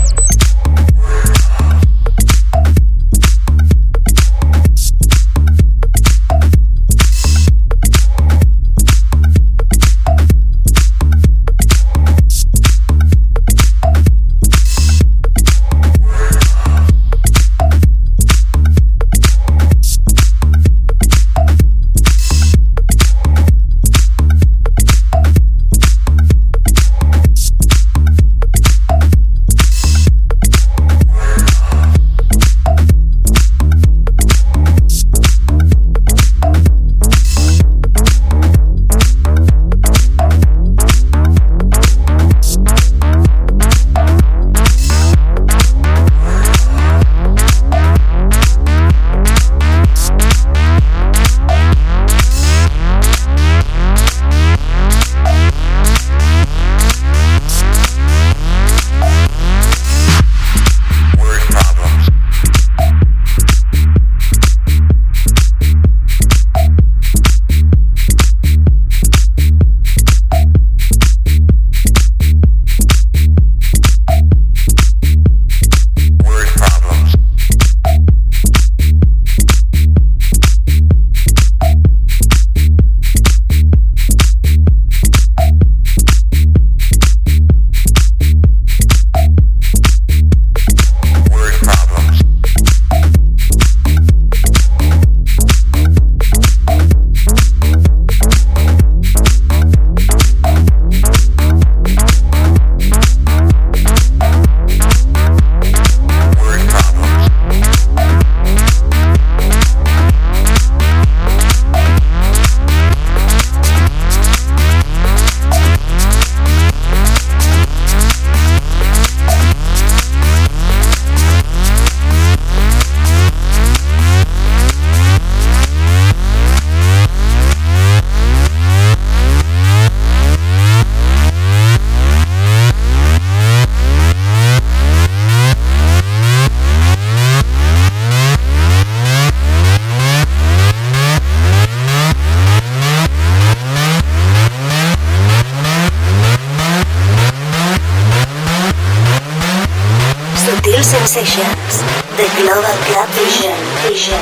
Sensations, the Global Club Vision.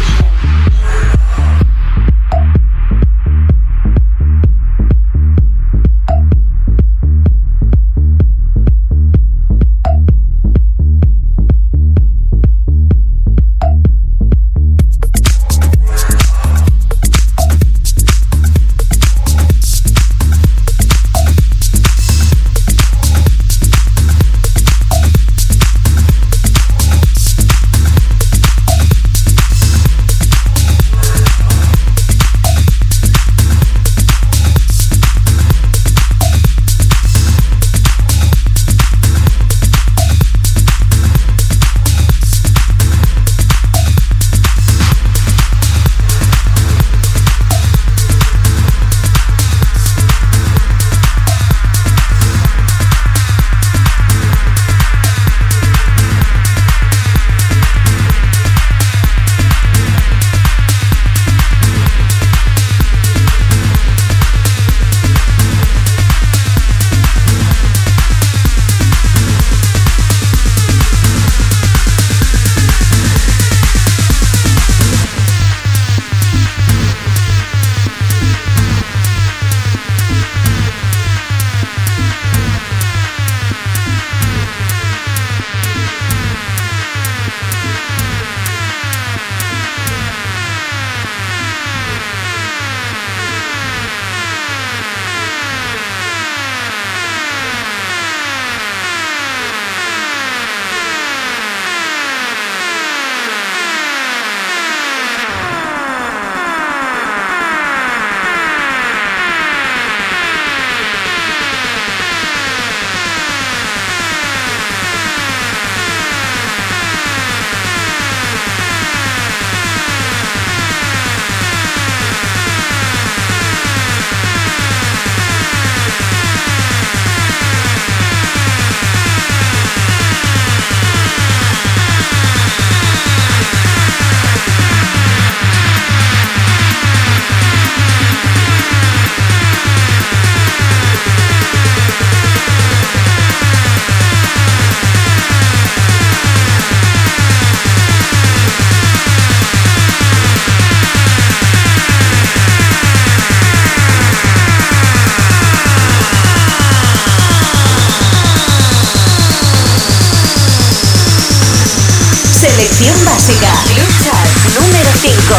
Selección básica. Club Chart número 5.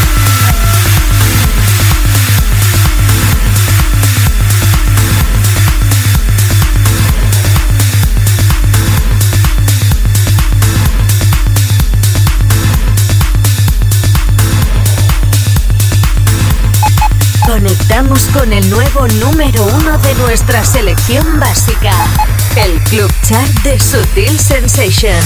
Conectamos con el nuevo número 1 de nuestra selección básica, el Club Chart de Sutil Sensations.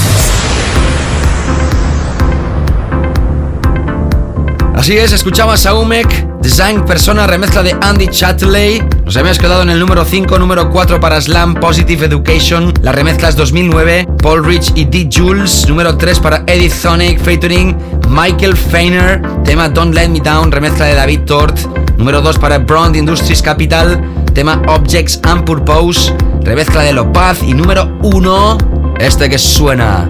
Así es, escuchabas a Umek, Design Persona, remezcla de Andy Chatterley. Nos habíamos quedado en el número 5, número 4 para Slam, Positive Education. La remezcla es 2009, Paul Rich y D. Jules. Número 3 para Edith Thonic, featuring Michael Feiner. Tema Don't Let Me Down, remezcla de David Tort. Número 2 para Brond Industries Capital. Tema Objects and Purpose, remezcla de Lopaz. Y número 1, este que suena.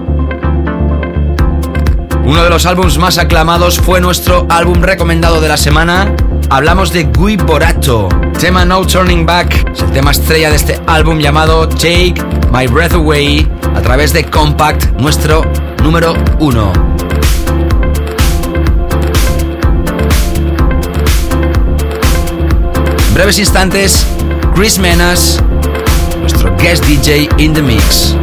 Uno de los álbumes más aclamados fue nuestro álbum recomendado de la semana. Hablamos de Guy Borato. Tema No Turning Back es el tema estrella de este álbum llamado Take My Breath Away, a través de Compact, nuestro número 1. En breves instantes, Chris Menas, nuestro guest DJ in the mix.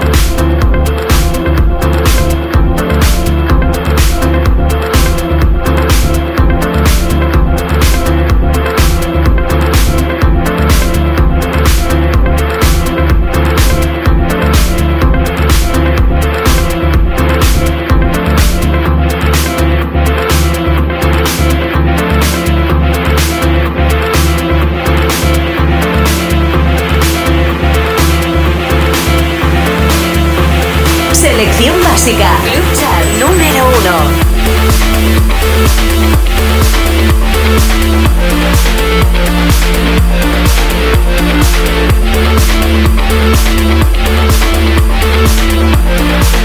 Selección básica. Club Chart número 1.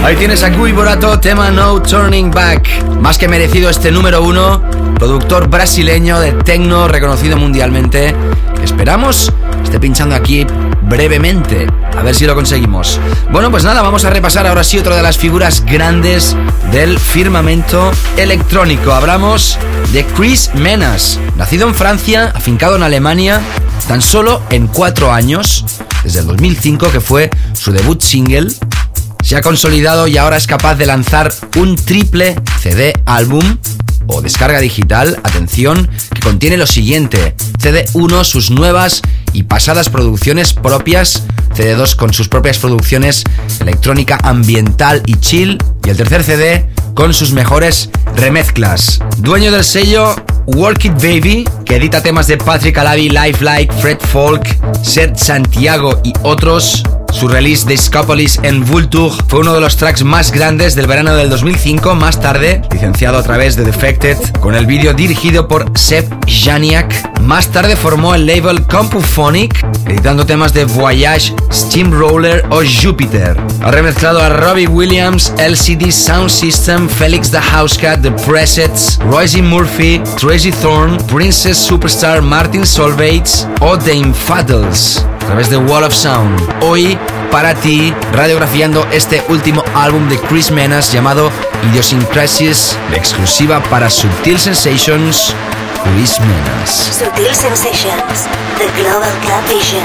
Ahí tienes a Guy Borato, tema No Turning Back. Más que merecido este número 1, productor brasileño de techno reconocido mundialmente. Esperamos esté pinchando aquí brevemente, a ver si lo conseguimos. Bueno, pues nada, vamos a repasar ahora sí otra de las figuras grandes del firmamento electrónico. Hablamos de Chris Menas, nacido en Francia, afincado en Alemania, tan solo en 4 años, desde el 2005, que fue su debut single. Se ha consolidado y ahora es capaz de lanzar un triple CD álbum o descarga digital, atención, que contiene lo siguiente: CD1, sus nuevas y pasadas producciones propias, CD2 con sus propias producciones electrónica, ambiental y chill, y el tercer CD con sus mejores remezclas. Dueño del sello Work It Baby, que edita temas de Patrick Alavi, Life Like, Fred Folk, Seth Santiago y otros. Su release Discopolis en Vulture fue uno de los tracks más grandes del verano del 2005. Más tarde, licenciado a través de Defected, con el vídeo dirigido por Seb Janiak. Más tarde formó el label Compuphonic, editando temas de Voyage, Steamroller o Jupiter. Ha remezclado a Robbie Williams, LCD Sound System, Felix the Housecat, The Presets, Royce Murphy, Tracy Thorn, Princess Superstar, Martin Solveig o The Infidels, a través de Wall of Sound. Hoy, para ti, radiografiando este último álbum de Chris Menas llamado Idiosyncrasies, la exclusiva para Subtle Sensations, Chris Menas. Subtle Sensations, The Global Club Vision.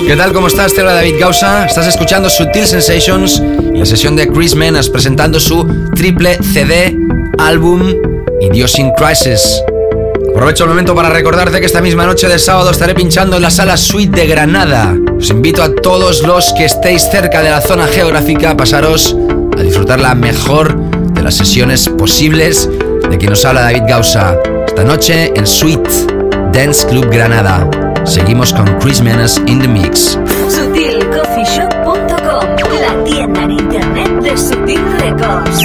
¿Qué tal? ¿Cómo estás? Te habla David Gausa. Estás escuchando Sutil Sensations y la sesión de Chris Menas presentando su triple CD, álbum Idiosyncrasis. Aprovecho el momento para recordarte que esta misma noche de sábado estaré pinchando en la Sala Suite de Granada. Os invito a todos los que estéis cerca de la zona geográfica a pasaros a disfrutar la mejor de las sesiones posibles de quien nos habla David Gausa. Esta noche en Suite Dance Club Granada. Seguimos con Chris Menas in the Mix. SutilCoffeeShop.com, la tienda en internet de Sutil Records.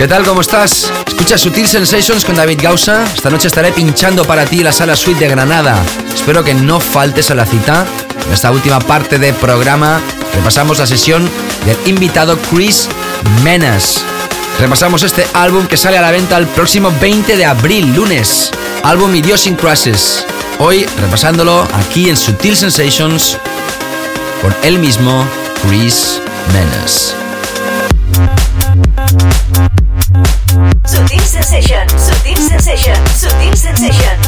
¿Qué tal? ¿Cómo estás? Escucha Sutil Sensations con David Gausa. Esta noche estaré pinchando para ti en la Sala Suite de Granada. Espero que no faltes a la cita. En esta última parte del programa repasamos la sesión del invitado Chris Menas. Repasamos este álbum que sale a la venta el próximo 20 de abril, lunes. Álbum Idiosyncrasies. Hoy repasándolo aquí en Sutil Sensations con él mismo, Chris Menas. Sutil Sensations, Sutil Sensations, Sutil Sensations.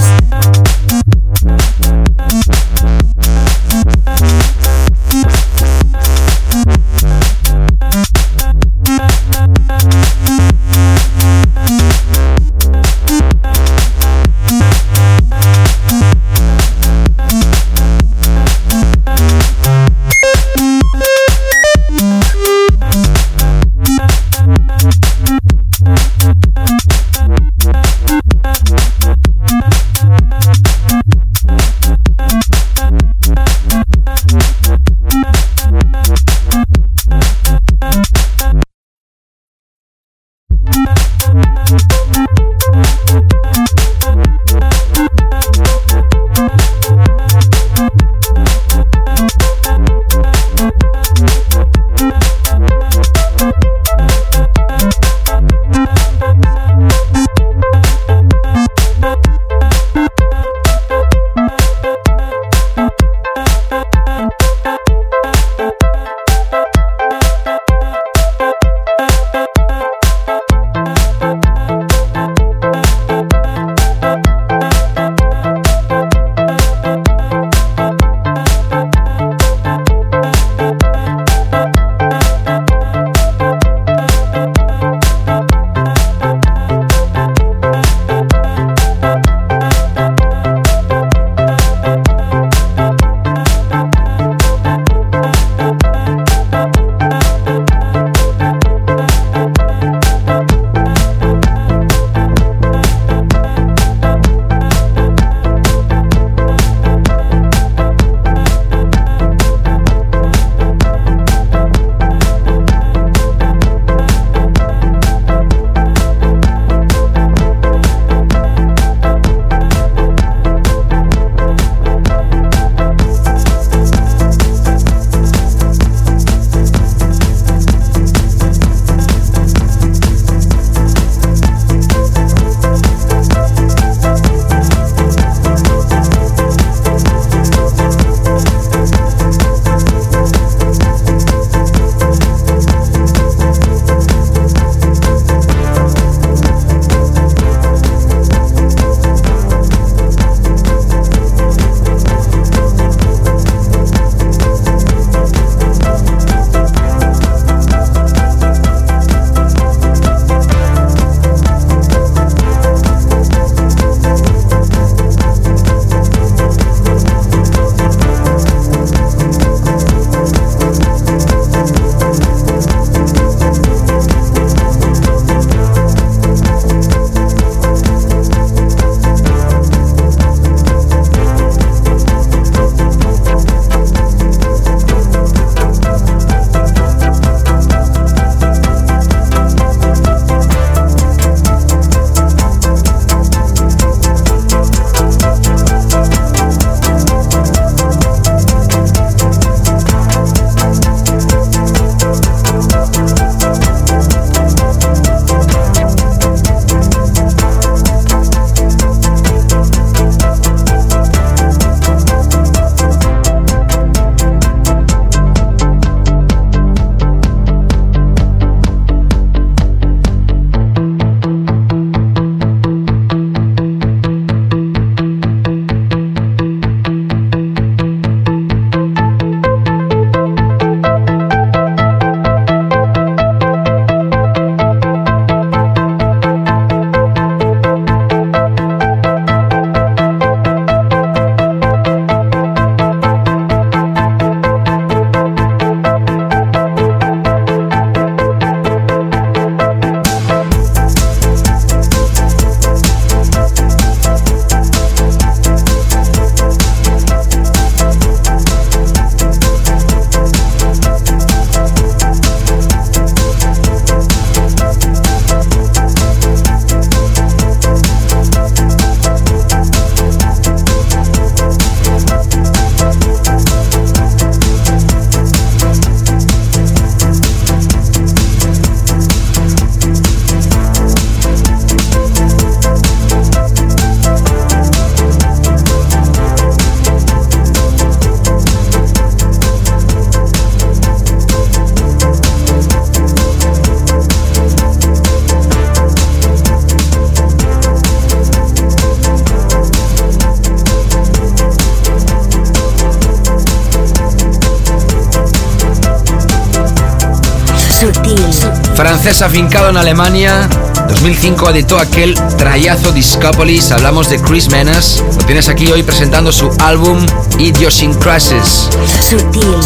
Sutil. Francés afincado en Alemania. 2005 editó aquel trayazo Discopolis. Hablamos de Chris Menas. Lo tienes aquí hoy presentando su álbum Idiosyncrasies. Sutil.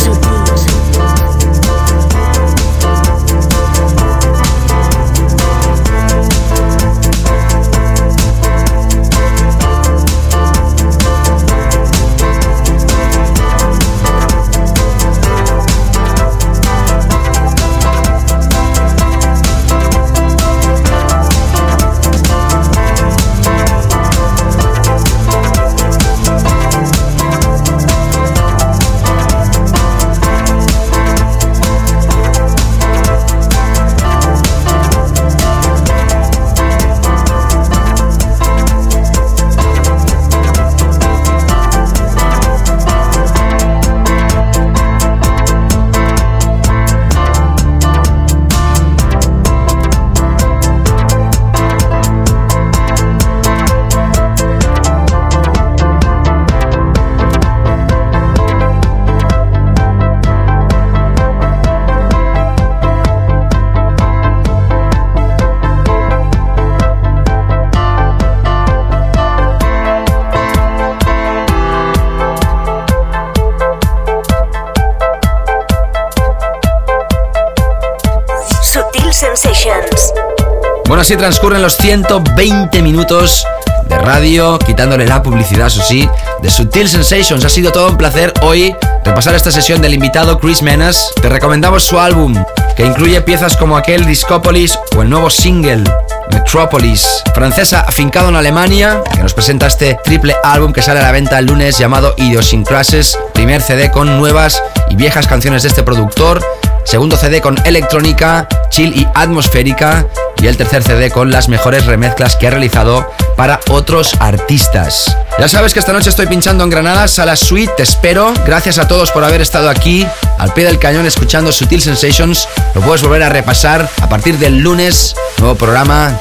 Sensations. Bueno, así transcurren los 120 minutos de radio, quitándole la publicidad, eso sí, de Sutil Sensations. Ha sido todo un placer hoy repasar esta sesión del invitado Chris Menas. Te recomendamos su álbum, que incluye piezas como aquel Discopolis o el nuevo single Metropolis. Francesa afincado en Alemania, que nos presenta este triple álbum que sale a la venta el lunes, llamado Idiosyncrasies. Primer CD con nuevas y viejas canciones de este productor. Segundo CD con electrónica, chill y atmosférica. Y el tercer CD con las mejores remezclas que ha realizado para otros artistas. Ya sabes que esta noche estoy pinchando en Granada, Sala Suite, te espero. Gracias a todos por haber estado aquí, al pie del cañón, escuchando Sutil Sensations. Lo puedes volver a repasar a partir del lunes. Nuevo programa,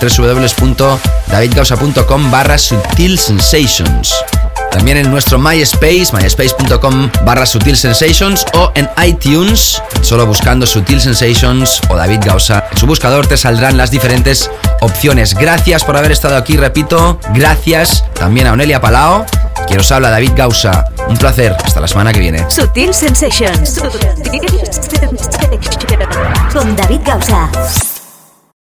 www.davidgausa.com/Sutil Sensations. También en nuestro MySpace, myspace.com/Sutil Sensations, o en iTunes, solo buscando Sutil Sensations o David Gausa. En su buscador te saldrán las diferentes opciones. Gracias por haber estado aquí, repito. Gracias también a Onelia Palao. Quien os habla, David Gausa. Un placer. Hasta la semana que viene. Sutil Sensations. Con David Gausa.